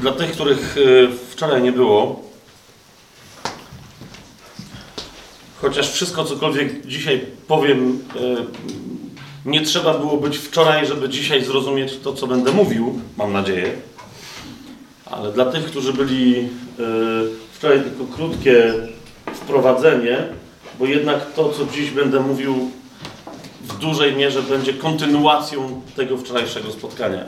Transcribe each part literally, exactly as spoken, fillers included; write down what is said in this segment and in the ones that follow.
Dla tych, których wczoraj nie było, chociaż wszystko, cokolwiek dzisiaj powiem, nie trzeba było być wczoraj, żeby dzisiaj zrozumieć to, co będę mówił, mam nadzieję. Ale dla tych, którzy byli wczoraj, tylko krótkie wprowadzenie, bo jednak to, co dziś będę mówił, w dużej mierze będzie kontynuacją tego wczorajszego spotkania.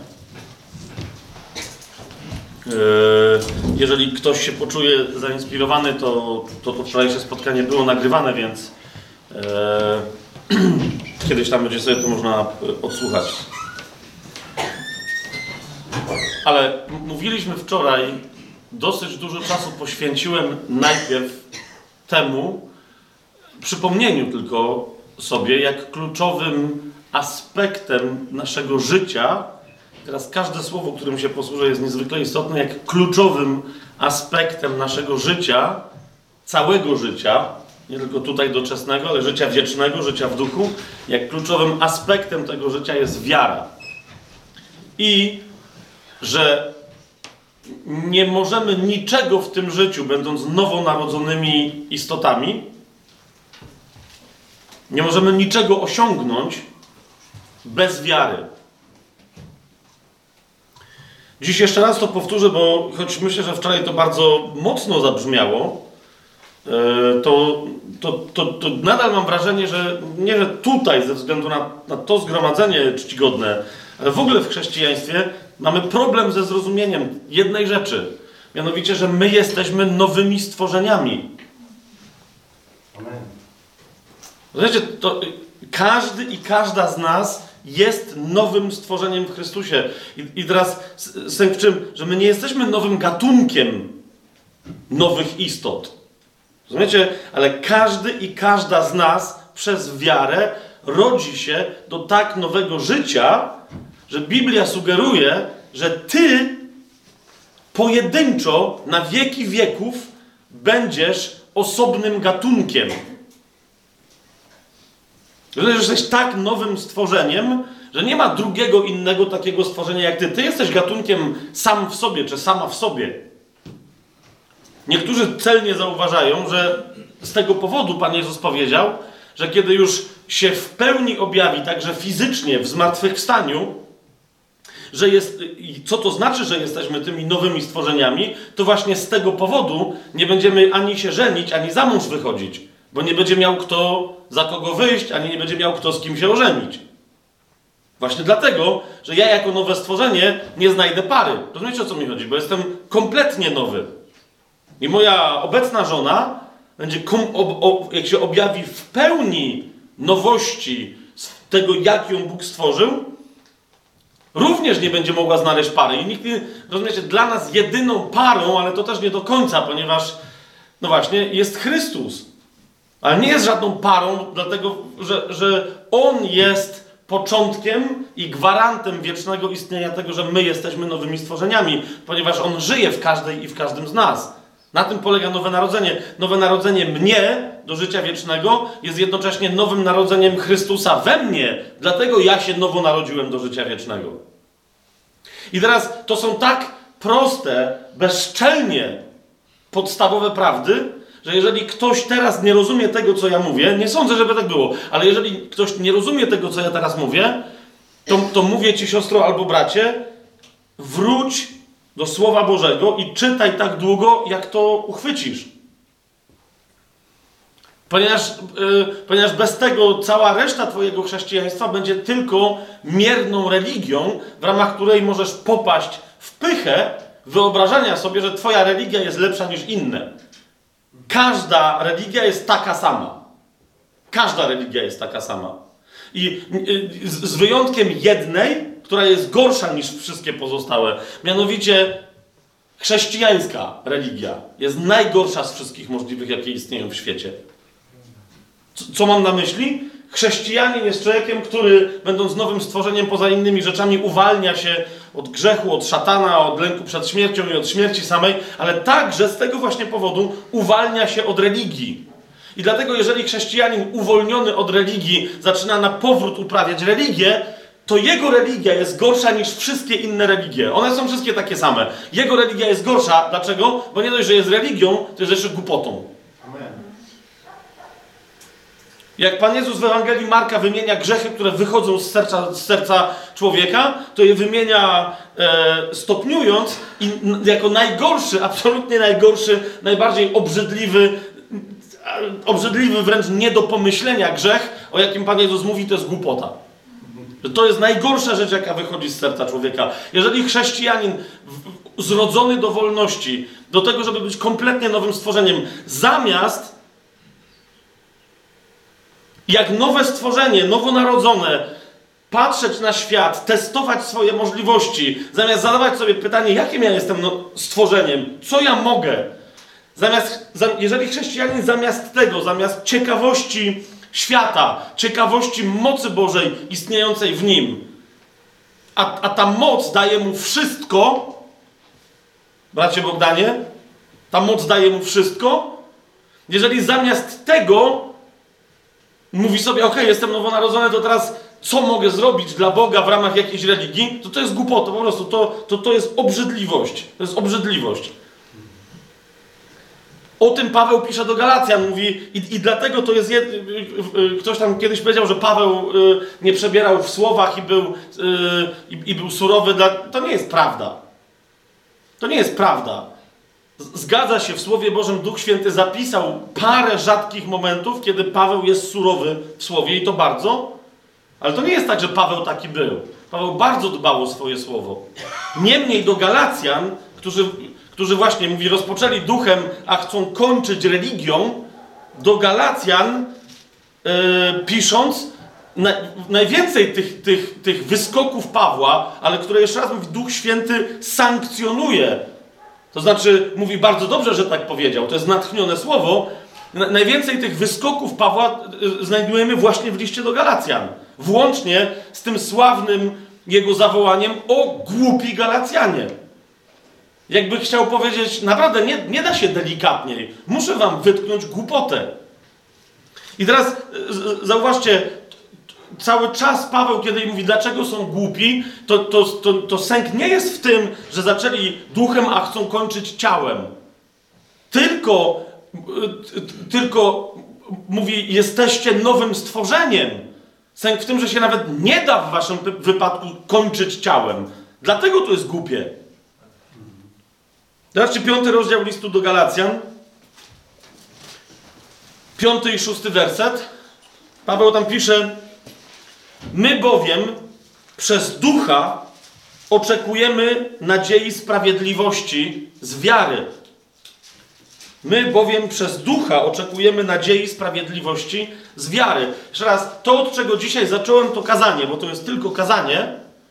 Jeżeli ktoś się poczuje zainspirowany, to to, to wczorajsze spotkanie było nagrywane, więc e, kiedyś tam będzie sobie to można odsłuchać. Ale mówiliśmy wczoraj, dosyć dużo czasu poświęciłem najpierw temu, przypomnieniu tylko sobie, jak kluczowym aspektem naszego życia, teraz każde słowo, którym się posłużę, jest niezwykle istotne, jak kluczowym aspektem naszego życia, całego życia, nie tylko tutaj doczesnego, ale życia wiecznego, życia w duchu, jak kluczowym aspektem tego życia jest wiara. I że nie możemy niczego w tym życiu, będąc nowonarodzonymi istotami, nie możemy niczego osiągnąć bez wiary. Dziś jeszcze raz to powtórzę, bo choć myślę, że wczoraj to bardzo mocno zabrzmiało, to, to, to, to nadal mam wrażenie, że nie, że tutaj ze względu na, na to zgromadzenie czcigodne, ale w ogóle w chrześcijaństwie mamy problem ze zrozumieniem jednej rzeczy. Mianowicie, że my jesteśmy nowymi stworzeniami. Amen. Wiecie, to każdy i każda z nas jest nowym stworzeniem w Chrystusie. I, i teraz sęk w czym? Że my nie jesteśmy nowym gatunkiem nowych istot. Rozumiecie? Ale każdy i każda z nas przez wiarę rodzi się do tak nowego życia, że Biblia sugeruje, że ty pojedynczo na wieki wieków będziesz osobnym gatunkiem. Że jesteś tak nowym stworzeniem, że nie ma drugiego innego takiego stworzenia jak ty. Ty jesteś gatunkiem sam w sobie, czy sama w sobie. Niektórzy celnie zauważają, że z tego powodu Pan Jezus powiedział, że kiedy już się w pełni objawi, także fizycznie, w zmartwychwstaniu, że jest, i co to znaczy, że jesteśmy tymi nowymi stworzeniami, to właśnie z tego powodu nie będziemy ani się żenić, ani za mąż wychodzić. Bo nie będzie miał kto za kogo wyjść, ani nie będzie miał kto z kim się ożenić. Właśnie dlatego, że ja jako nowe stworzenie nie znajdę pary. Rozumiecie, o co mi chodzi? Bo jestem kompletnie nowy. I moja obecna żona będzie, ob, ob, jak się objawi w pełni nowości z tego, jak ją Bóg stworzył, również nie będzie mogła znaleźć pary. I nikt nie, rozumiecie, dla nas jedyną parą, ale to też nie do końca, ponieważ, no właśnie, jest Chrystus. Ale nie jest żadną parą, dlatego, że, że On jest początkiem i gwarantem wiecznego istnienia tego, że my jesteśmy nowymi stworzeniami, ponieważ On żyje w każdej i w każdym z nas. Na tym polega nowe narodzenie. Nowe narodzenie mnie do życia wiecznego jest jednocześnie nowym narodzeniem Chrystusa we mnie. Dlatego ja się nowo narodziłem do życia wiecznego. I teraz to są tak proste, bezczelnie podstawowe prawdy, że jeżeli ktoś teraz nie rozumie tego, co ja mówię, nie sądzę, żeby tak było, ale jeżeli ktoś nie rozumie tego, co ja teraz mówię, to, to mówię ci, siostro albo bracie, wróć do Słowa Bożego i czytaj tak długo, jak to uchwycisz. Ponieważ, yy, ponieważ bez tego cała reszta twojego chrześcijaństwa będzie tylko mierną religią, w ramach której możesz popaść w pychę wyobrażenia sobie, że twoja religia jest lepsza niż inne. Każda religia jest taka sama. Każda religia jest taka sama. I yy, z, z wyjątkiem jednej, która jest gorsza niż wszystkie pozostałe. Mianowicie chrześcijańska religia jest najgorsza z wszystkich możliwych, jakie istnieją w świecie. Co, co mam na myśli? Chrześcijanin jest człowiekiem, który, będąc nowym stworzeniem poza innymi rzeczami, uwalnia się od grzechu, od szatana, od lęku przed śmiercią i od śmierci samej, ale także z tego właśnie powodu uwalnia się od religii. I dlatego, jeżeli chrześcijanin uwolniony od religii zaczyna na powrót uprawiać religię, to jego religia jest gorsza niż wszystkie inne religie. One są wszystkie takie same. Jego religia jest gorsza. Dlaczego? Bo nie dość, że jest religią, to jest jeszcze głupotą. Amen. Jak Pan Jezus w Ewangelii Marka wymienia grzechy, które wychodzą z serca, z serca człowieka, to je wymienia e, stopniując i n, jako najgorszy, absolutnie najgorszy, najbardziej obrzydliwy, e, obrzydliwy wręcz nie do pomyślenia grzech, o jakim Pan Jezus mówi, to jest głupota. To jest najgorsza rzecz, jaka wychodzi z serca człowieka. Jeżeli chrześcijanin w, zrodzony do wolności, do tego, żeby być kompletnie nowym stworzeniem, zamiast jak nowe stworzenie, nowonarodzone, patrzeć na świat, testować swoje możliwości, zamiast zadawać sobie pytanie, jakim ja jestem no, stworzeniem, co ja mogę, zamiast, jeżeli chrześcijanin zamiast tego, zamiast ciekawości świata, ciekawości mocy Bożej istniejącej w nim, a, a ta moc daje mu wszystko, bracie Bogdanie, ta moc daje mu wszystko, jeżeli zamiast tego mówi sobie, okej, jestem nowonarodzony, to teraz co mogę zrobić dla Boga w ramach jakiejś religii, to to jest głupota, po prostu to, to, to jest obrzydliwość. To jest obrzydliwość. O tym Paweł pisze do Galacjan, mówi i, i dlatego to jest... Jed... Ktoś tam kiedyś powiedział, że Paweł y, nie przebierał w słowach i był, y, i, i był surowy. Dla... To nie jest prawda. To nie jest prawda. Zgadza się, w Słowie Bożym Duch Święty zapisał parę rzadkich momentów, kiedy Paweł jest surowy w Słowie i to bardzo, ale to nie jest tak, że Paweł taki był. Paweł bardzo dbał o swoje Słowo. Niemniej do Galacjan, którzy, którzy właśnie, mówi, rozpoczęli duchem, a chcą kończyć religią, do Galacjan yy, pisząc, na, najwięcej tych, tych, tych wyskoków Pawła, ale które jeszcze raz mówi, Duch Święty sankcjonuje. To znaczy, mówi bardzo dobrze, że tak powiedział, to jest natchnione słowo. Najwięcej tych wyskoków Pawła znajdujemy właśnie w liście do Galacjan. Włącznie z tym sławnym jego zawołaniem o głupi Galacjanie. Jakby chciał powiedzieć, naprawdę nie, nie da się delikatniej. Muszę wam wytknąć głupotę. I teraz zauważcie, cały czas Paweł, kiedy mówi, dlaczego są głupi, to, to, to, to sęk nie jest w tym, że zaczęli duchem, a chcą kończyć ciałem. Tylko, tylko mówi, jesteście nowym stworzeniem. Sęk w tym, że się nawet nie da w waszym wypadku kończyć ciałem. Dlatego to jest głupie. Zobaczcie, piąty rozdział listu do Galacjan. Piąty i szósty werset. Paweł tam pisze: my bowiem przez ducha oczekujemy nadziei sprawiedliwości z wiary. My bowiem przez ducha oczekujemy nadziei sprawiedliwości z wiary. Jeszcze raz, to od czego dzisiaj zacząłem to kazanie, bo to jest tylko kazanie.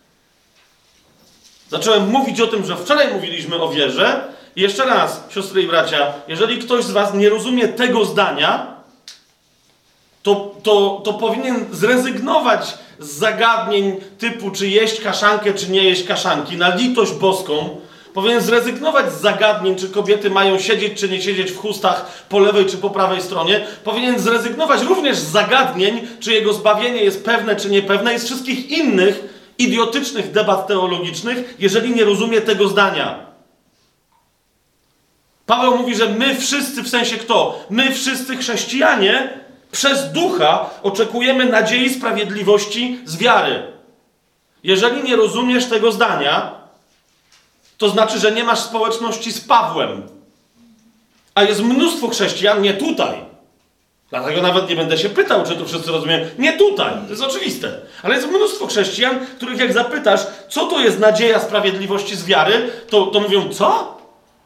Zacząłem mówić o tym, że wczoraj mówiliśmy o wierze. I jeszcze raz, siostry i bracia, jeżeli ktoś z was nie rozumie tego zdania, to, to, to powinien zrezygnować z zagadnień typu czy jeść kaszankę, czy nie jeść kaszanki, na litość boską. Powinien zrezygnować z zagadnień, czy kobiety mają siedzieć, czy nie siedzieć w chustach po lewej, czy po prawej stronie. Powinien zrezygnować również z zagadnień, czy jego zbawienie jest pewne, czy niepewne, i z wszystkich innych idiotycznych debat teologicznych, jeżeli nie rozumie tego zdania. Paweł mówi, że my wszyscy, w sensie kto? My wszyscy chrześcijanie przez ducha oczekujemy nadziei sprawiedliwości z wiary. Jeżeli nie rozumiesz tego zdania, to znaczy, że nie masz społeczności z Pawłem. A jest mnóstwo chrześcijan nie tutaj. Dlatego nawet nie będę się pytał, czy to wszyscy rozumieją. Nie tutaj, to jest oczywiste. Ale jest mnóstwo chrześcijan, których jak zapytasz, co to jest nadzieja sprawiedliwości z wiary, to, to mówią, co?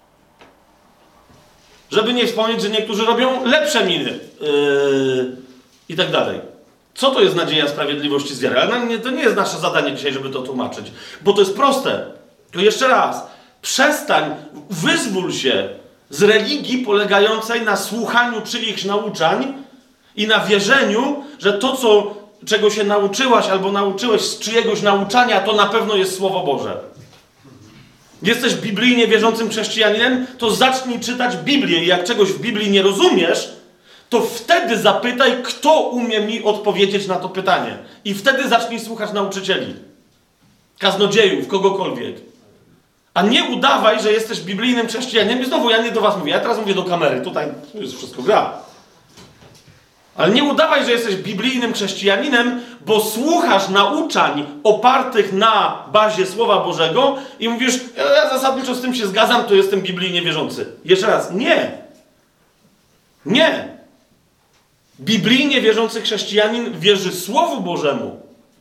Żeby nie wspomnieć, że niektórzy robią lepsze miny. Yy, I tak dalej. Co to jest nadzieja sprawiedliwości z wiary? Ale nie, to nie jest nasze zadanie dzisiaj, żeby to tłumaczyć. Bo to jest proste. To jeszcze raz. Przestań, wyzwól się z religii polegającej na słuchaniu czyichś nauczań i na wierzeniu, że to, co, czego się nauczyłaś albo nauczyłeś z czyjegoś nauczania, to na pewno jest Słowo Boże. Jesteś biblijnie wierzącym chrześcijaninem, to zacznij czytać Biblię i jak czegoś w Biblii nie rozumiesz, to wtedy zapytaj, kto umie mi odpowiedzieć na to pytanie. I wtedy zacznij słuchać nauczycieli, kaznodziejów, kogokolwiek. A nie udawaj, że jesteś biblijnym chrześcijaninem. I znowu ja nie do was mówię, ja teraz mówię do kamery, tutaj już wszystko gra. Ale nie udawaj, że jesteś biblijnym chrześcijaninem, bo słuchasz nauczań opartych na bazie Słowa Bożego i mówisz, ja zasadniczo z tym się zgadzam, to jestem biblijnie wierzący. Jeszcze raz, nie. Nie. Biblijnie wierzący chrześcijanin wierzy Słowu Bożemu.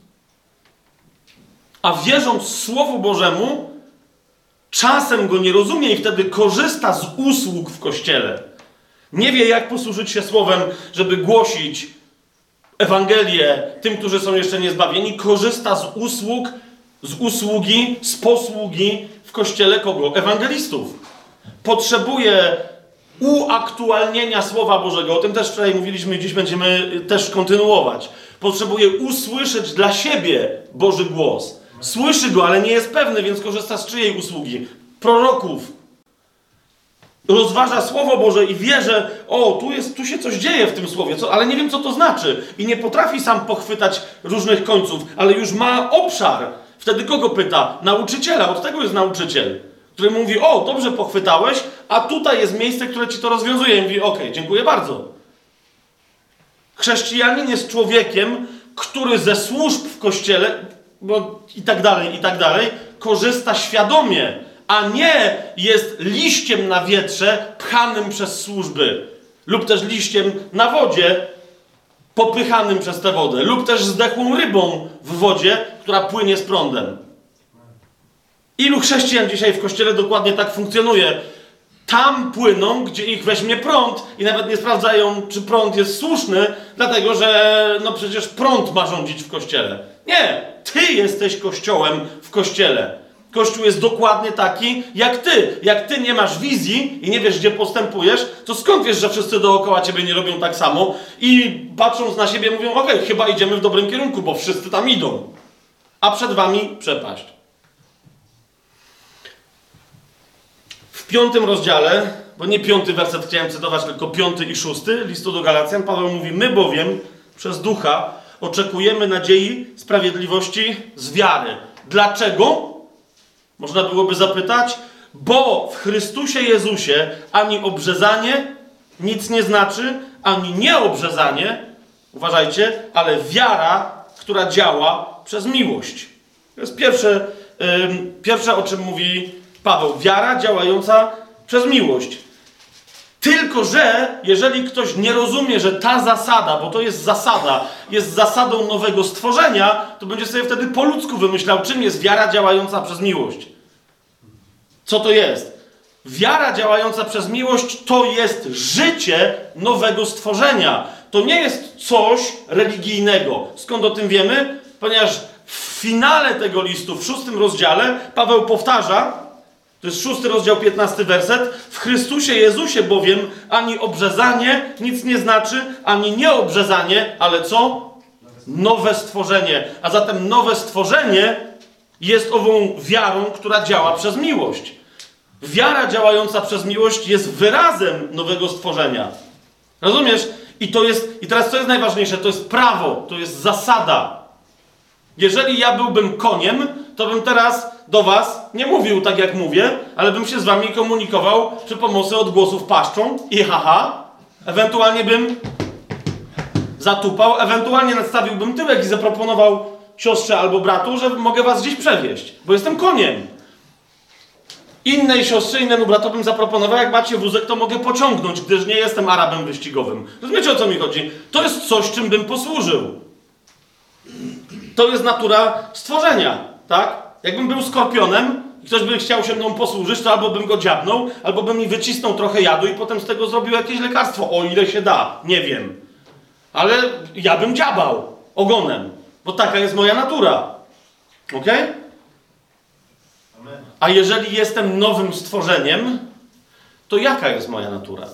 A wierząc Słowu Bożemu, czasem go nie rozumie i wtedy korzysta z usług w Kościele. Nie wie, jak posłużyć się Słowem, żeby głosić Ewangelię tym, którzy są jeszcze niezbawieni. Korzysta z usług, z usługi, z posługi w Kościele kogo? Ewangelistów. Potrzebuje uaktualnienia Słowa Bożego. O tym też wczoraj mówiliśmy i dziś będziemy też kontynuować. Potrzebuje usłyszeć dla siebie Boży głos. Słyszy go, ale nie jest pewny, więc korzysta z czyjej usługi? Proroków. Rozważa Słowo Boże i wie, że o, tu, jest, tu się coś dzieje w tym Słowie, co, ale nie wiem, co to znaczy. I nie potrafi sam pochwytać różnych końców, ale już ma obszar. Wtedy kogo pyta? Nauczyciela. Od tego jest nauczyciel, który mówi, o, dobrze pochwytałeś, a tutaj jest miejsce, które ci to rozwiązuje. I mówi, okej, okay, dziękuję bardzo. Chrześcijanin jest człowiekiem, który ze służb w Kościele, bo i tak dalej, i tak dalej, korzysta świadomie, a nie jest liściem na wietrze pchanym przez służby. Lub też liściem na wodzie popychanym przez tę wodę. Lub też zdechłą rybą w wodzie, która płynie z prądem. Ilu chrześcijan dzisiaj w Kościele dokładnie tak funkcjonuje? Tam płyną, gdzie ich weźmie prąd i nawet nie sprawdzają, czy prąd jest słuszny, dlatego że no przecież prąd ma rządzić w Kościele. Nie! Ty jesteś Kościołem w Kościele. Kościół jest dokładnie taki, jak ty. Jak ty nie masz wizji i nie wiesz, gdzie postępujesz, to skąd wiesz, że wszyscy dookoła ciebie nie robią tak samo i patrząc na siebie mówią, okej, okay, chyba idziemy w dobrym kierunku, bo wszyscy tam idą. A przed wami przepaść. W piątym rozdziale, bo nie piąty werset chciałem cytować, tylko piąty i szósty listu do Galacjan, Paweł mówi, my bowiem przez Ducha oczekujemy nadziei, sprawiedliwości z wiary. Dlaczego? Można byłoby zapytać, bo w Chrystusie Jezusie ani obrzezanie nic nie znaczy, ani nieobrzezanie, uważajcie, ale wiara, która działa przez miłość. To jest pierwsze, yy, pierwsze, o czym mówi Paweł. Wiara działająca przez miłość. Tylko że, jeżeli ktoś nie rozumie, że ta zasada, bo to jest zasada, jest zasadą nowego stworzenia, to będzie sobie wtedy po ludzku wymyślał, czym jest wiara działająca przez miłość. Co to jest? Wiara działająca przez miłość to jest życie nowego stworzenia. To nie jest coś religijnego. Skąd o tym wiemy? Ponieważ w finale tego listu, w szóstym rozdziale, Paweł powtarza, to jest szósty rozdział, piętnasty werset, w Chrystusie Jezusie bowiem ani obrzezanie nic nie znaczy, ani nieobrzezanie, ale co? Nowe stworzenie. A zatem nowe stworzenie jest ową wiarą, która działa przez miłość. Wiara działająca przez miłość jest wyrazem nowego stworzenia. Rozumiesz? I to jest, i teraz co jest najważniejsze? To jest prawo, to jest zasada. Jeżeli ja byłbym koniem, to bym teraz do was nie mówił tak jak mówię, ale bym się z wami komunikował przy pomocy odgłosów paszczą i haha, ewentualnie bym zatupał, ewentualnie nadstawiłbym tyłek i zaproponował siostrze albo bratu, że mogę was gdzieś przewieźć, bo jestem koniem. Innej siostrze, innemu bratu bym zaproponował, jak macie wózek, to mogę pociągnąć, gdyż nie jestem Arabem wyścigowym. Rozumiecie, o co mi chodzi? To jest coś, czym bym posłużył. To jest natura stworzenia, tak? Jakbym był skorpionem i ktoś by chciał się mną posłużyć, to albo bym go dziabnął, albo bym mi wycisnął trochę jadu i potem z tego zrobił jakieś lekarstwo. O ile się da, nie wiem. Ale ja bym dziabał ogonem, bo taka jest moja natura. Okej? Okay? A jeżeli jestem nowym stworzeniem, to jaka jest moja natura?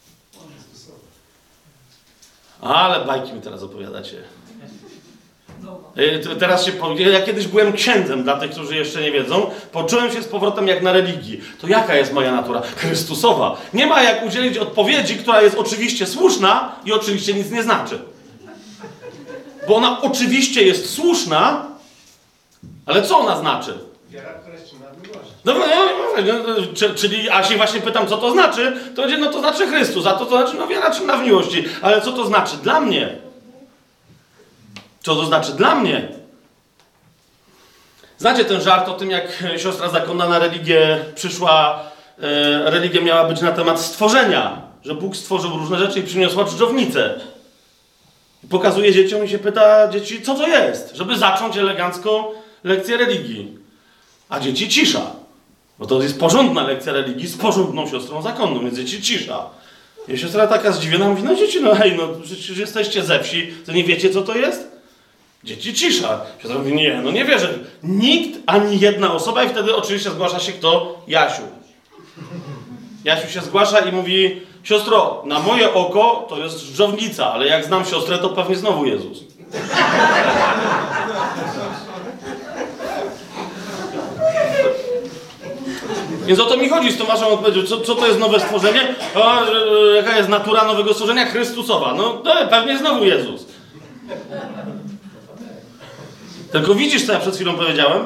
Ale bajki mi teraz opowiadacie. No, Teraz się, ja kiedyś byłem księdzem, dla tych, którzy jeszcze nie wiedzą, poczułem się z powrotem jak na religii. To jaka jest moja natura? Chrystusowa. Nie ma jak udzielić odpowiedzi, która jest oczywiście słuszna i oczywiście nic nie znaczy. Bo ona oczywiście jest słuszna, ale co ona znaczy? Wiara, która jest czynna w miłości. No, no, no, czyli, a się właśnie pytam, co to znaczy, to będzie, no to znaczy Chrystus, a to, to znaczy, no wiara czynna w miłości. Ale co to znaczy dla mnie? Co to znaczy dla mnie? Znacie ten żart o tym, jak siostra zakonna na religię przyszła, e, religia miała być na temat stworzenia, że Bóg stworzył różne rzeczy i przyniosła dżdżownicę. I pokazuje dzieciom i się pyta dzieci, co to jest, żeby zacząć elegancko lekcję religii. A dzieci cisza. Bo to jest porządna lekcja religii z porządną siostrą zakonną, więc dzieci cisza. I siostra taka zdziwiona mówi, no dzieci, no hej, no przecież jesteście ze wsi, to nie wiecie, co to jest? Dzieci cisza. Siostra mówi, nie, no nie wierzę. Nikt, ani jedna osoba i wtedy oczywiście zgłasza się kto? Jasiu. Jasiu się zgłasza i mówi, siostro, na moje oko to jest dżdżownica, ale jak znam siostrę, to pewnie znowu Jezus. Więc o to mi chodzi z tą waszą odpowiedzią. Co, co to jest nowe stworzenie? O, że, jaka jest natura nowego stworzenia? Chrystusowa. No to pewnie znowu Jezus. Tylko widzisz, co ja przed chwilą powiedziałem?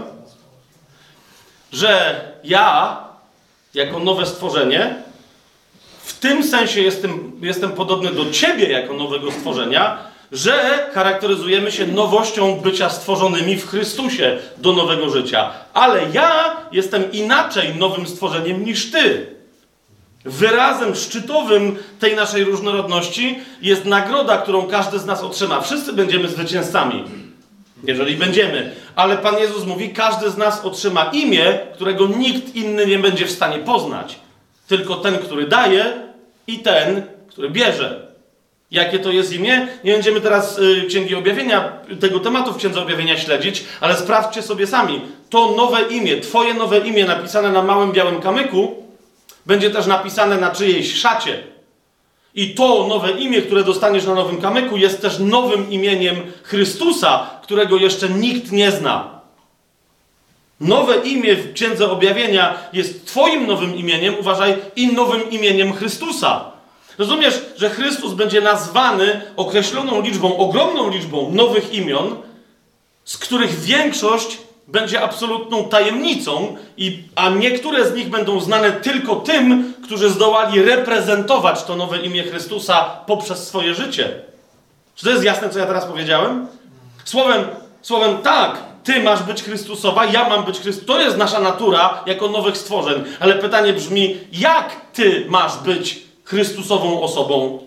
Że ja, jako nowe stworzenie, w tym sensie jestem, jestem podobny do ciebie jako nowego stworzenia, że charakteryzujemy się nowością bycia stworzonymi w Chrystusie do nowego życia. Ale ja jestem inaczej nowym stworzeniem niż ty. Wyrazem szczytowym tej naszej różnorodności jest nagroda, którą każdy z nas otrzyma. Wszyscy będziemy zwycięzcami. Jeżeli będziemy. Ale Pan Jezus mówi, każdy z nas otrzyma imię, którego nikt inny nie będzie w stanie poznać. Tylko ten, który daje i ten, który bierze. Jakie to jest imię? Nie będziemy teraz y, Księgi Objawienia, tego tematu w Księdze Objawienia śledzić, ale sprawdźcie sobie sami. To nowe imię, twoje nowe imię napisane na małym białym kamyku będzie też napisane na czyjejś szacie. I to nowe imię, które dostaniesz na nowym kamyku, jest też nowym imieniem Chrystusa, którego jeszcze nikt nie zna. Nowe imię w Księdze Objawienia jest twoim nowym imieniem, uważaj, i nowym imieniem Chrystusa. Rozumiesz, że Chrystus będzie nazwany określoną liczbą, ogromną liczbą nowych imion, z których większość będzie absolutną tajemnicą, i, a niektóre z nich będą znane tylko tym, którzy zdołali reprezentować to nowe imię Chrystusa poprzez swoje życie. Czy to jest jasne, co ja teraz powiedziałem? Słowem, słowem tak, ty masz być Chrystusowa, ja mam być Chrystus. To jest nasza natura jako nowych stworzeń. Ale pytanie brzmi, jak ty masz być Chrystusową osobą?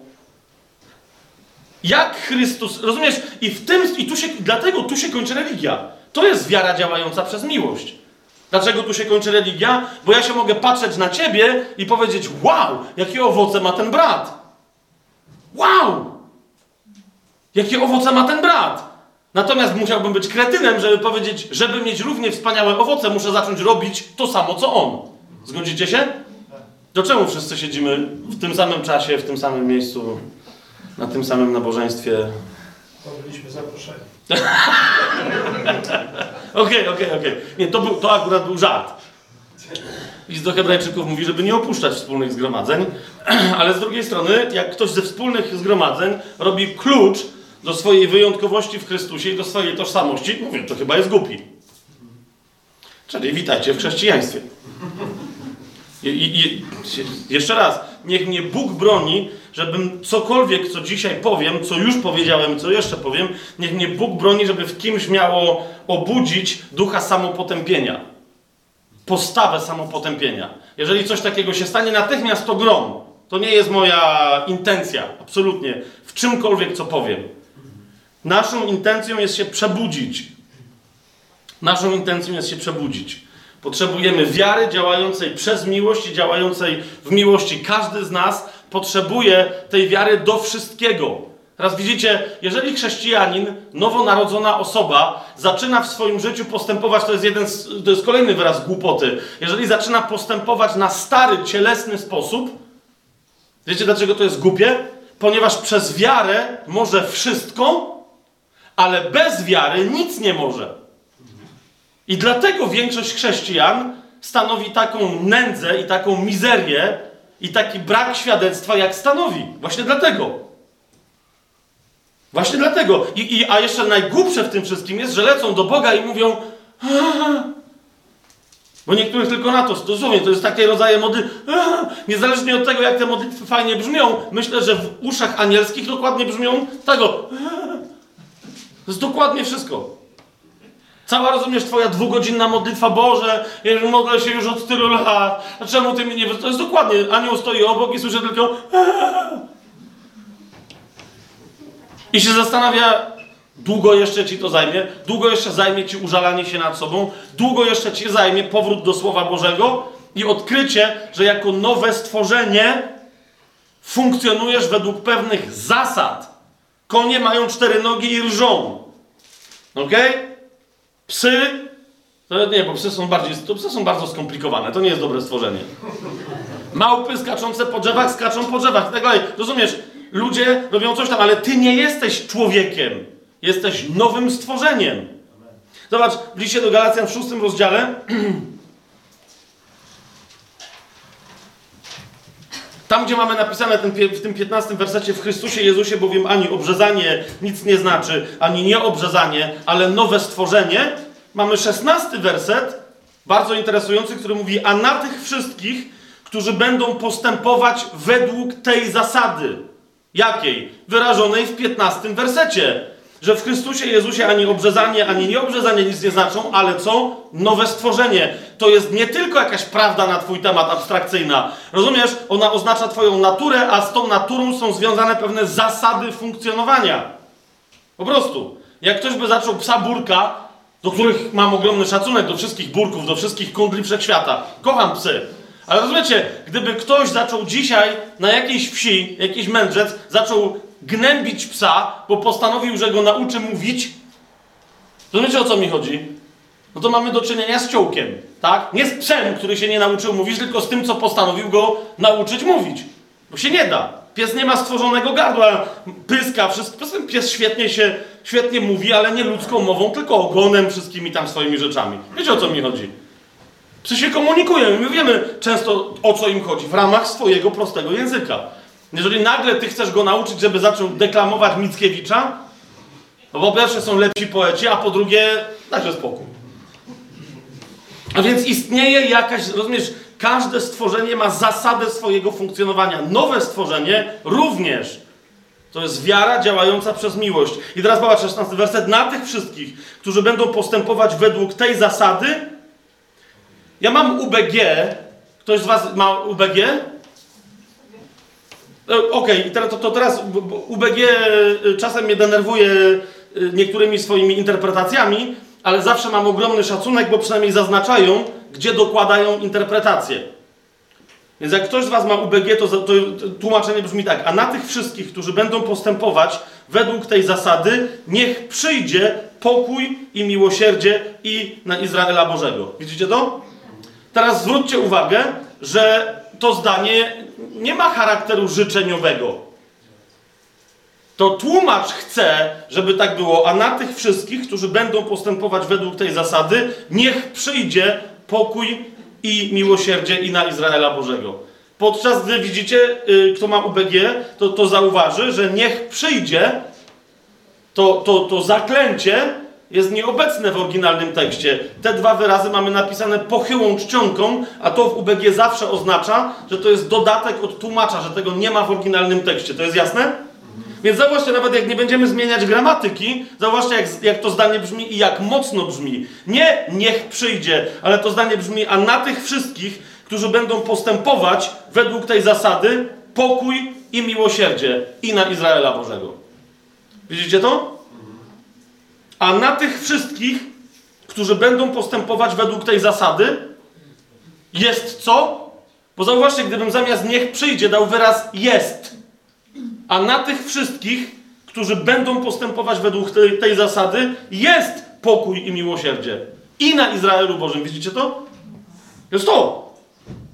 Jak Chrystus... Rozumiesz? I w tym... I tu się... Dlatego tu się kończy religia. To jest wiara działająca przez miłość. Dlaczego tu się kończy religia? Bo ja się mogę patrzeć na ciebie i powiedzieć, wow, jakie owoce ma ten brat. Wow! Jakie owoce ma ten brat. Natomiast musiałbym być kretynem, żeby powiedzieć, żeby mieć równie wspaniałe owoce, muszę zacząć robić to samo, co on. Zgodzicie się? Do czemu wszyscy siedzimy w tym samym czasie, w tym samym miejscu, na tym samym nabożeństwie? To byliśmy zaproszeni. Okej, okej, okej. Nie, to, był, to akurat był żart. List do Hebrajczyków mówi, żeby nie opuszczać wspólnych zgromadzeń, ale z drugiej strony, jak ktoś ze wspólnych zgromadzeń robi klucz do swojej wyjątkowości w Chrystusie i do swojej tożsamości, mówię, to chyba jest głupi. Czyli witajcie w chrześcijaństwie. I, i, i, jeszcze raz, niech mnie Bóg broni, żebym cokolwiek, co dzisiaj powiem, co już powiedziałem, co jeszcze powiem, niech mnie Bóg broni, żeby w kimś miało obudzić ducha samopotępienia. Postawę samopotępienia. Jeżeli coś takiego się stanie, natychmiast to grom. To nie jest moja intencja, absolutnie, w czymkolwiek, co powiem. Naszą intencją jest się przebudzić. Naszą intencją jest się przebudzić. Potrzebujemy wiary działającej przez miłość i działającej w miłości. Każdy z nas potrzebuje tej wiary do wszystkiego. Teraz widzicie, jeżeli chrześcijanin, nowonarodzona osoba, zaczyna w swoim życiu postępować, to jest jeden, z, to jest kolejny wyraz głupoty. Jeżeli zaczyna postępować na stary, cielesny sposób, wiecie dlaczego to jest głupie? Ponieważ przez wiarę może wszystko, ale bez wiary nic nie może. I dlatego większość chrześcijan stanowi taką nędzę i taką mizerię i taki brak świadectwa, jak stanowi. Właśnie dlatego. Właśnie dlatego. I, i, a jeszcze najgłupsze w tym wszystkim jest, że lecą do Boga i mówią Aaa. Bo niektórych tylko na to, dosłownie, to jest takie rodzaje modlitwy. Niezależnie od tego, jak te modlitwy fajnie brzmią, myślę, że w uszach anielskich dokładnie brzmią tego. To jest dokładnie wszystko. Cała, rozumiesz, twoja dwugodzinna modlitwa, Boże, ja modlę się już od tylu lat, a czemu ty mnie nie... To jest dokładnie, anioł stoi obok i słyszę tylko i się zastanawia, długo jeszcze ci to zajmie, długo jeszcze zajmie ci użalanie się nad sobą, długo jeszcze ci zajmie powrót do Słowa Bożego i odkrycie, że jako nowe stworzenie funkcjonujesz według pewnych zasad. Konie mają cztery nogi i rżą. Okej? Okay? Psy, to nie, bo psy są bardziej, to psy są bardzo skomplikowane, to nie jest dobre stworzenie. Małpy skaczące po drzewach, skaczą po drzewach i tak dalej. Rozumiesz? Ludzie robią coś tam, ale ty nie jesteś człowiekiem. Jesteś nowym stworzeniem. Zobacz, w liście do Galacjan w szóstym rozdziale tam, gdzie mamy napisane ten, w tym piętnastym wersecie, w Chrystusie Jezusie bowiem ani obrzezanie nic nie znaczy, ani nieobrzezanie, ale nowe stworzenie. Mamy szesnasty werset, bardzo interesujący, który mówi, a na tych wszystkich, którzy będą postępować według tej zasady. Jakiej? Wyrażonej w piętnastym wersecie. Że w Chrystusie Jezusie ani obrzezanie, ani nieobrzezanie nic nie znaczą, ale co? Nowe stworzenie. To jest nie tylko jakaś prawda na twój temat abstrakcyjna. Rozumiesz? Ona oznacza twoją naturę, a z tą naturą są związane pewne zasady funkcjonowania. Po prostu. Jak ktoś by zaczął psa burka, do których mam ogromny szacunek, do wszystkich burków, do wszystkich kundli wszechświata. Kocham psy. Ale rozumiecie, gdyby ktoś zaczął dzisiaj na jakiejś wsi, jakiś mędrzec, zaczął gnębić psa, bo postanowił, że go nauczy mówić, rozumiecie, o co mi chodzi? No to mamy do czynienia z ciołkiem, tak? Nie z psem, który się nie nauczył mówić, tylko z tym, co postanowił go nauczyć mówić. Bo się nie da. Pies nie ma stworzonego gardła, pyska, wszystko. Pies świetnie się, świetnie mówi, ale nie ludzką mową, tylko ogonem, wszystkimi tam swoimi rzeczami. Wiecie, o co mi chodzi? Psy się komunikują i my wiemy często, o co im chodzi, w ramach swojego prostego języka. Jeżeli nagle ty chcesz go nauczyć, żeby zaczął deklamować Mickiewicza, no po pierwsze są lepsi poeci, a po drugie dajże spokój. A więc istnieje jakaś, rozumiesz, każde stworzenie ma zasadę swojego funkcjonowania. Nowe stworzenie również. To jest wiara działająca przez miłość. I teraz zobacz szesnasty werset. Na tych wszystkich, którzy będą postępować według tej zasady. Ja mam U B G. Ktoś z was ma U B G? Okej, okay, i teraz, to, to teraz U B G czasem mnie denerwuje niektórymi swoimi interpretacjami, ale zawsze mam ogromny szacunek, bo przynajmniej zaznaczają, gdzie dokładają interpretację. Więc jak ktoś z was ma U B G, to, to tłumaczenie brzmi tak. A na tych wszystkich, którzy będą postępować według tej zasady, niech przyjdzie pokój i miłosierdzie i na Izraela Bożego. Widzicie to? Teraz zwróćcie uwagę, że to zdanie nie ma charakteru życzeniowego. To tłumacz chce, żeby tak było, a na tych wszystkich, którzy będą postępować według tej zasady, niech przyjdzie pokój i miłosierdzie i na Izraela Bożego. Podczas gdy widzicie, yy, kto ma U B G, to, to zauważy, że niech przyjdzie, to, to, to zaklęcie jest nieobecne w oryginalnym tekście. Te dwa wyrazy mamy napisane pochyłą czcionką, a to w U B G zawsze oznacza, że to jest dodatek od tłumacza, że tego nie ma w oryginalnym tekście. To jest jasne? Więc zauważcie, nawet jak nie będziemy zmieniać gramatyki, zauważcie, jak, jak to zdanie brzmi i jak mocno brzmi. Nie niech przyjdzie, ale to zdanie brzmi, a na tych wszystkich, którzy będą postępować według tej zasady, pokój i miłosierdzie i na Izraela Bożego. Widzicie to? A na tych wszystkich, którzy będą postępować według tej zasady, jest co? Bo zauważcie, gdybym zamiast niech przyjdzie dał wyraz jest. A na tych wszystkich, którzy będą postępować według tej, tej zasady, jest pokój i miłosierdzie. I na Izraelu Bożym. Widzicie to? Jest to.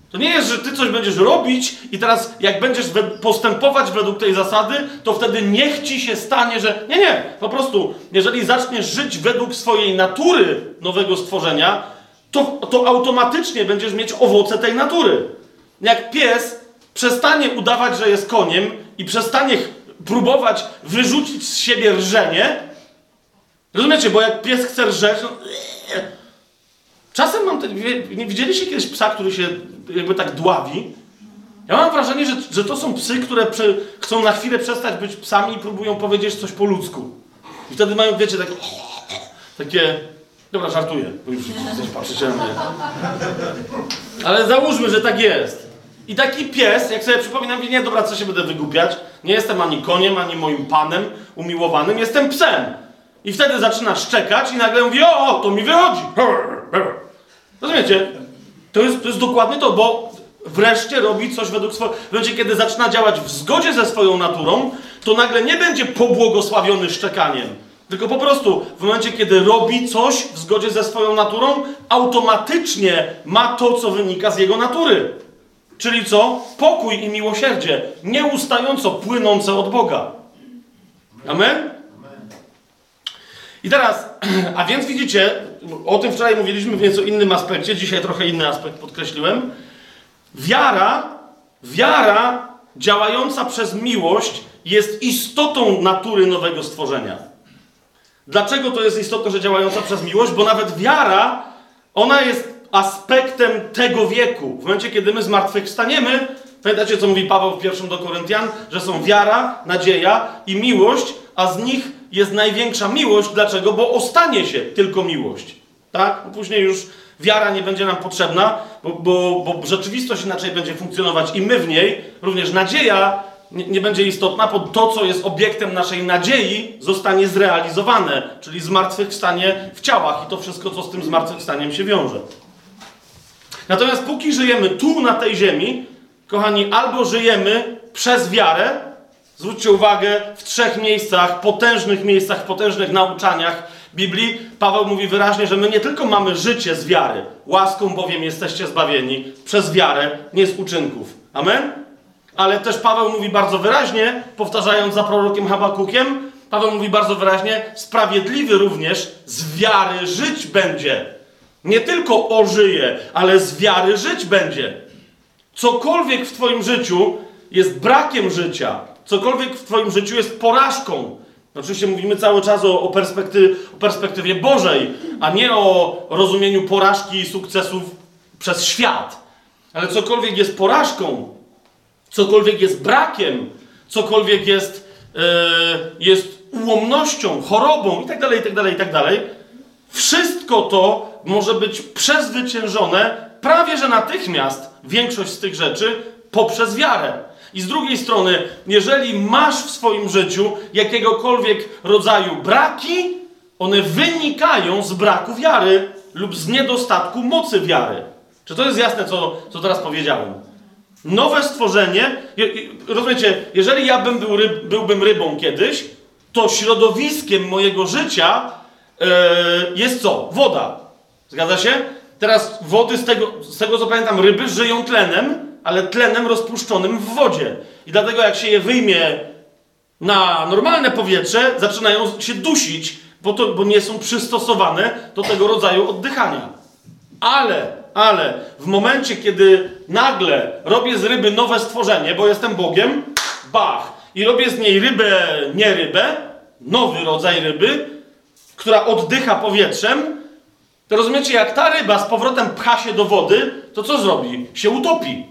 To nie jest, że ty coś będziesz robić i teraz jak będziesz postępować według tej zasady, to wtedy niech ci się stanie, że... Nie, nie. Po prostu, jeżeli zaczniesz żyć według swojej natury nowego stworzenia, to, to automatycznie będziesz mieć owoce tej natury. Jak pies przestanie udawać, że jest koniem i przestanie próbować wyrzucić z siebie rżenie, rozumiecie, bo jak pies chce rżeć, no... Czasem mam... Te, nie widzieliście kiedyś psa, który się jakby tak dławi? Ja mam wrażenie, że, że to są psy, które prze, chcą na chwilę przestać być psami i próbują powiedzieć coś po ludzku. I wtedy mają, wiecie, takie... Takie... Dobra, żartuję, bo już coś patrzycie na mnie. Ale załóżmy, że tak jest. I taki pies, jak sobie przypominam, mówi, nie, dobra, co się będę wygłupiać? Nie jestem ani koniem, ani moim panem umiłowanym, jestem psem. I wtedy zaczyna szczekać i nagle mówi, o, to mi wychodzi. Rozumiecie? To jest, to jest dokładnie to, bo wreszcie robi coś według swojego... W momencie, kiedy zaczyna działać w zgodzie ze swoją naturą, to nagle nie będzie pobłogosławiony szczekaniem. Tylko po prostu w momencie, kiedy robi coś w zgodzie ze swoją naturą, automatycznie ma to, co wynika z jego natury. Czyli co? Pokój i miłosierdzie, nieustająco płynące od Boga. Amen? I teraz, a więc widzicie, o tym wczoraj mówiliśmy w nieco innym aspekcie, dzisiaj trochę inny aspekt podkreśliłem. Wiara, wiara działająca przez miłość jest istotą natury nowego stworzenia. Dlaczego to jest istotne, że działająca przez miłość? Bo nawet wiara, ona jest aspektem tego wieku. W momencie, kiedy my zmartwychwstaniemy, pamiętacie, co mówi Paweł w pierwszym do Koryntian? Że są wiara, nadzieja i miłość, a z nich jest największa miłość. Dlaczego? Bo ostanie się tylko miłość. Tak? Później już wiara nie będzie nam potrzebna, bo, bo, bo rzeczywistość inaczej będzie funkcjonować i my w niej, również nadzieja nie, nie będzie istotna, bo to, co jest obiektem naszej nadziei, zostanie zrealizowane, czyli zmartwychwstanie w ciałach i to wszystko, co z tym zmartwychwstaniem się wiąże. Natomiast póki żyjemy tu, na tej ziemi, kochani, albo żyjemy przez wiarę, zwróćcie uwagę, w trzech miejscach, potężnych miejscach, potężnych nauczaniach Biblii, Paweł mówi wyraźnie, że my nie tylko mamy życie z wiary, łaską bowiem jesteście zbawieni przez wiarę, nie z uczynków. Amen? Ale też Paweł mówi bardzo wyraźnie, powtarzając za prorokiem Habakukiem, Paweł mówi bardzo wyraźnie, sprawiedliwy również z wiary żyć będzie. Nie tylko ożyje, ale z wiary żyć będzie. Cokolwiek w twoim życiu jest brakiem życia, cokolwiek w twoim życiu jest porażką. Oczywiście mówimy cały czas o, o, perspekty, o perspektywie Bożej, a nie o rozumieniu porażki i sukcesów przez świat. Ale cokolwiek jest porażką, cokolwiek jest brakiem, cokolwiek jest, yy, jest ułomnością, chorobą itd., itd., itd., wszystko to może być przezwyciężone prawie że natychmiast, większość z tych rzeczy, poprzez wiarę. I z drugiej strony, jeżeli masz w swoim życiu jakiegokolwiek rodzaju braki, one wynikają z braku wiary lub z niedostatku mocy wiary. Czy to jest jasne, co, co teraz powiedziałem? Nowe stworzenie, rozumiecie, jeżeli ja bym był ryb, byłbym rybą kiedyś, to środowiskiem mojego życia yy, jest co? Woda. Zgadza się? Teraz wody, z tego, z tego co pamiętam, ryby żyją tlenem, ale tlenem rozpuszczonym w wodzie. I dlatego jak się je wyjmie na normalne powietrze, zaczynają się dusić, bo, to, bo nie są przystosowane do tego rodzaju oddychania. Ale, ale w momencie, kiedy nagle robię z ryby nowe stworzenie, bo jestem Bogiem, bach, i robię z niej rybę, nie rybę, nowy rodzaj ryby, która oddycha powietrzem, to rozumiecie, jak ta ryba z powrotem pcha się do wody, to co zrobi? Się utopi.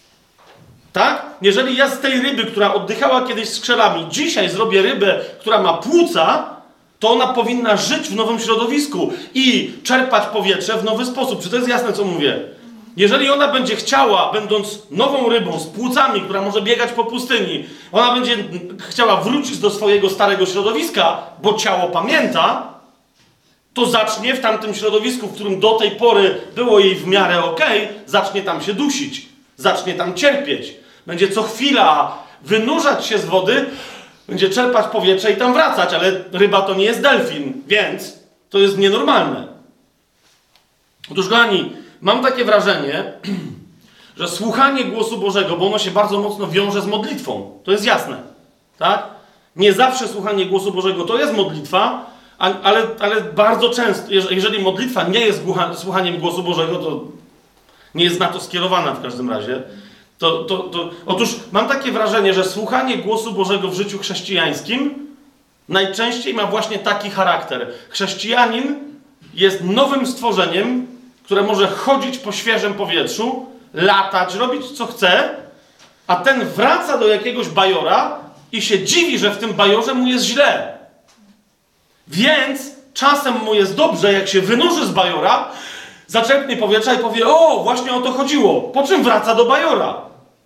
Tak? Jeżeli ja z tej ryby, która oddychała kiedyś skrzelami, dzisiaj zrobię rybę, która ma płuca, to ona powinna żyć w nowym środowisku i czerpać powietrze w nowy sposób. Czy to jest jasne, co mówię? Jeżeli ona będzie chciała, będąc nową rybą z płucami, która może biegać po pustyni, ona będzie chciała wrócić do swojego starego środowiska, bo ciało pamięta, to zacznie w tamtym środowisku, w którym do tej pory było jej w miarę okej, okay, zacznie tam się dusić, zacznie tam cierpieć. Będzie co chwila wynurzać się z wody, będzie czerpać powietrze i tam wracać, ale ryba to nie jest delfin, więc to jest nienormalne. Otóż, kochani, mam takie wrażenie, że słuchanie głosu Bożego, bo ono się bardzo mocno wiąże z modlitwą. To jest jasne. Tak? Nie zawsze słuchanie głosu Bożego to jest modlitwa, ale, ale bardzo często, jeżeli modlitwa nie jest słuchaniem głosu Bożego, to nie jest na to skierowana w każdym razie. To, to, to... Otóż mam takie wrażenie, że słuchanie głosu Bożego w życiu chrześcijańskim najczęściej ma właśnie taki charakter. Chrześcijanin jest nowym stworzeniem, które może chodzić po świeżym powietrzu, latać, robić co chce, a ten wraca do jakiegoś bajora i się dziwi, że w tym bajorze mu jest źle. Więc czasem mu jest dobrze, jak się wynurzy z bajora, zaczerpnie powietrza i powie: o, właśnie o to chodziło. Po czym wraca do bajora.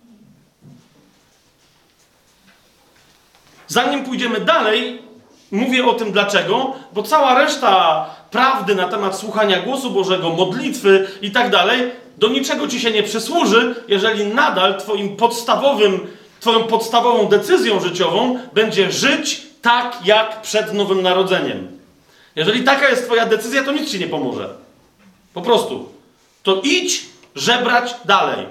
Zanim pójdziemy dalej, mówię o tym dlaczego, bo cała reszta prawdy na temat słuchania głosu Bożego, modlitwy i tak dalej, do niczego ci się nie przysłuży, jeżeli nadal twoim podstawowym, twoją podstawową decyzją życiową będzie żyć tak, jak przed Nowym Narodzeniem. Jeżeli taka jest twoja decyzja, to nic ci nie pomoże. Po prostu. To idź żebrać dalej.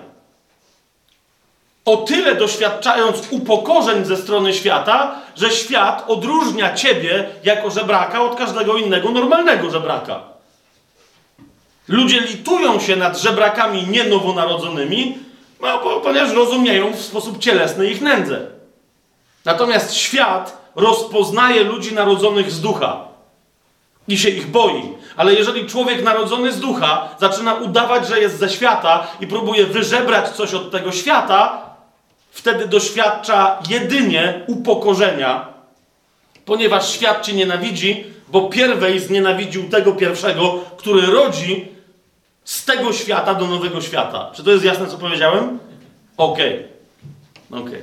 O tyle doświadczając upokorzeń ze strony świata, że świat odróżnia ciebie jako żebraka od każdego innego normalnego żebraka. Ludzie litują się nad żebrakami nienowonarodzonymi, no, ponieważ rozumieją w sposób cielesny ich nędzę. Natomiast świat rozpoznaje ludzi narodzonych z ducha i się ich boi. Ale jeżeli człowiek narodzony z ducha zaczyna udawać, że jest ze świata i próbuje wyżebrać coś od tego świata, wtedy doświadcza jedynie upokorzenia, ponieważ świat cię nienawidzi, bo pierwej znienawidził tego pierwszego, który rodzi z tego świata do nowego świata. Czy to jest jasne, co powiedziałem? Okej. Okay. Okej. Okay.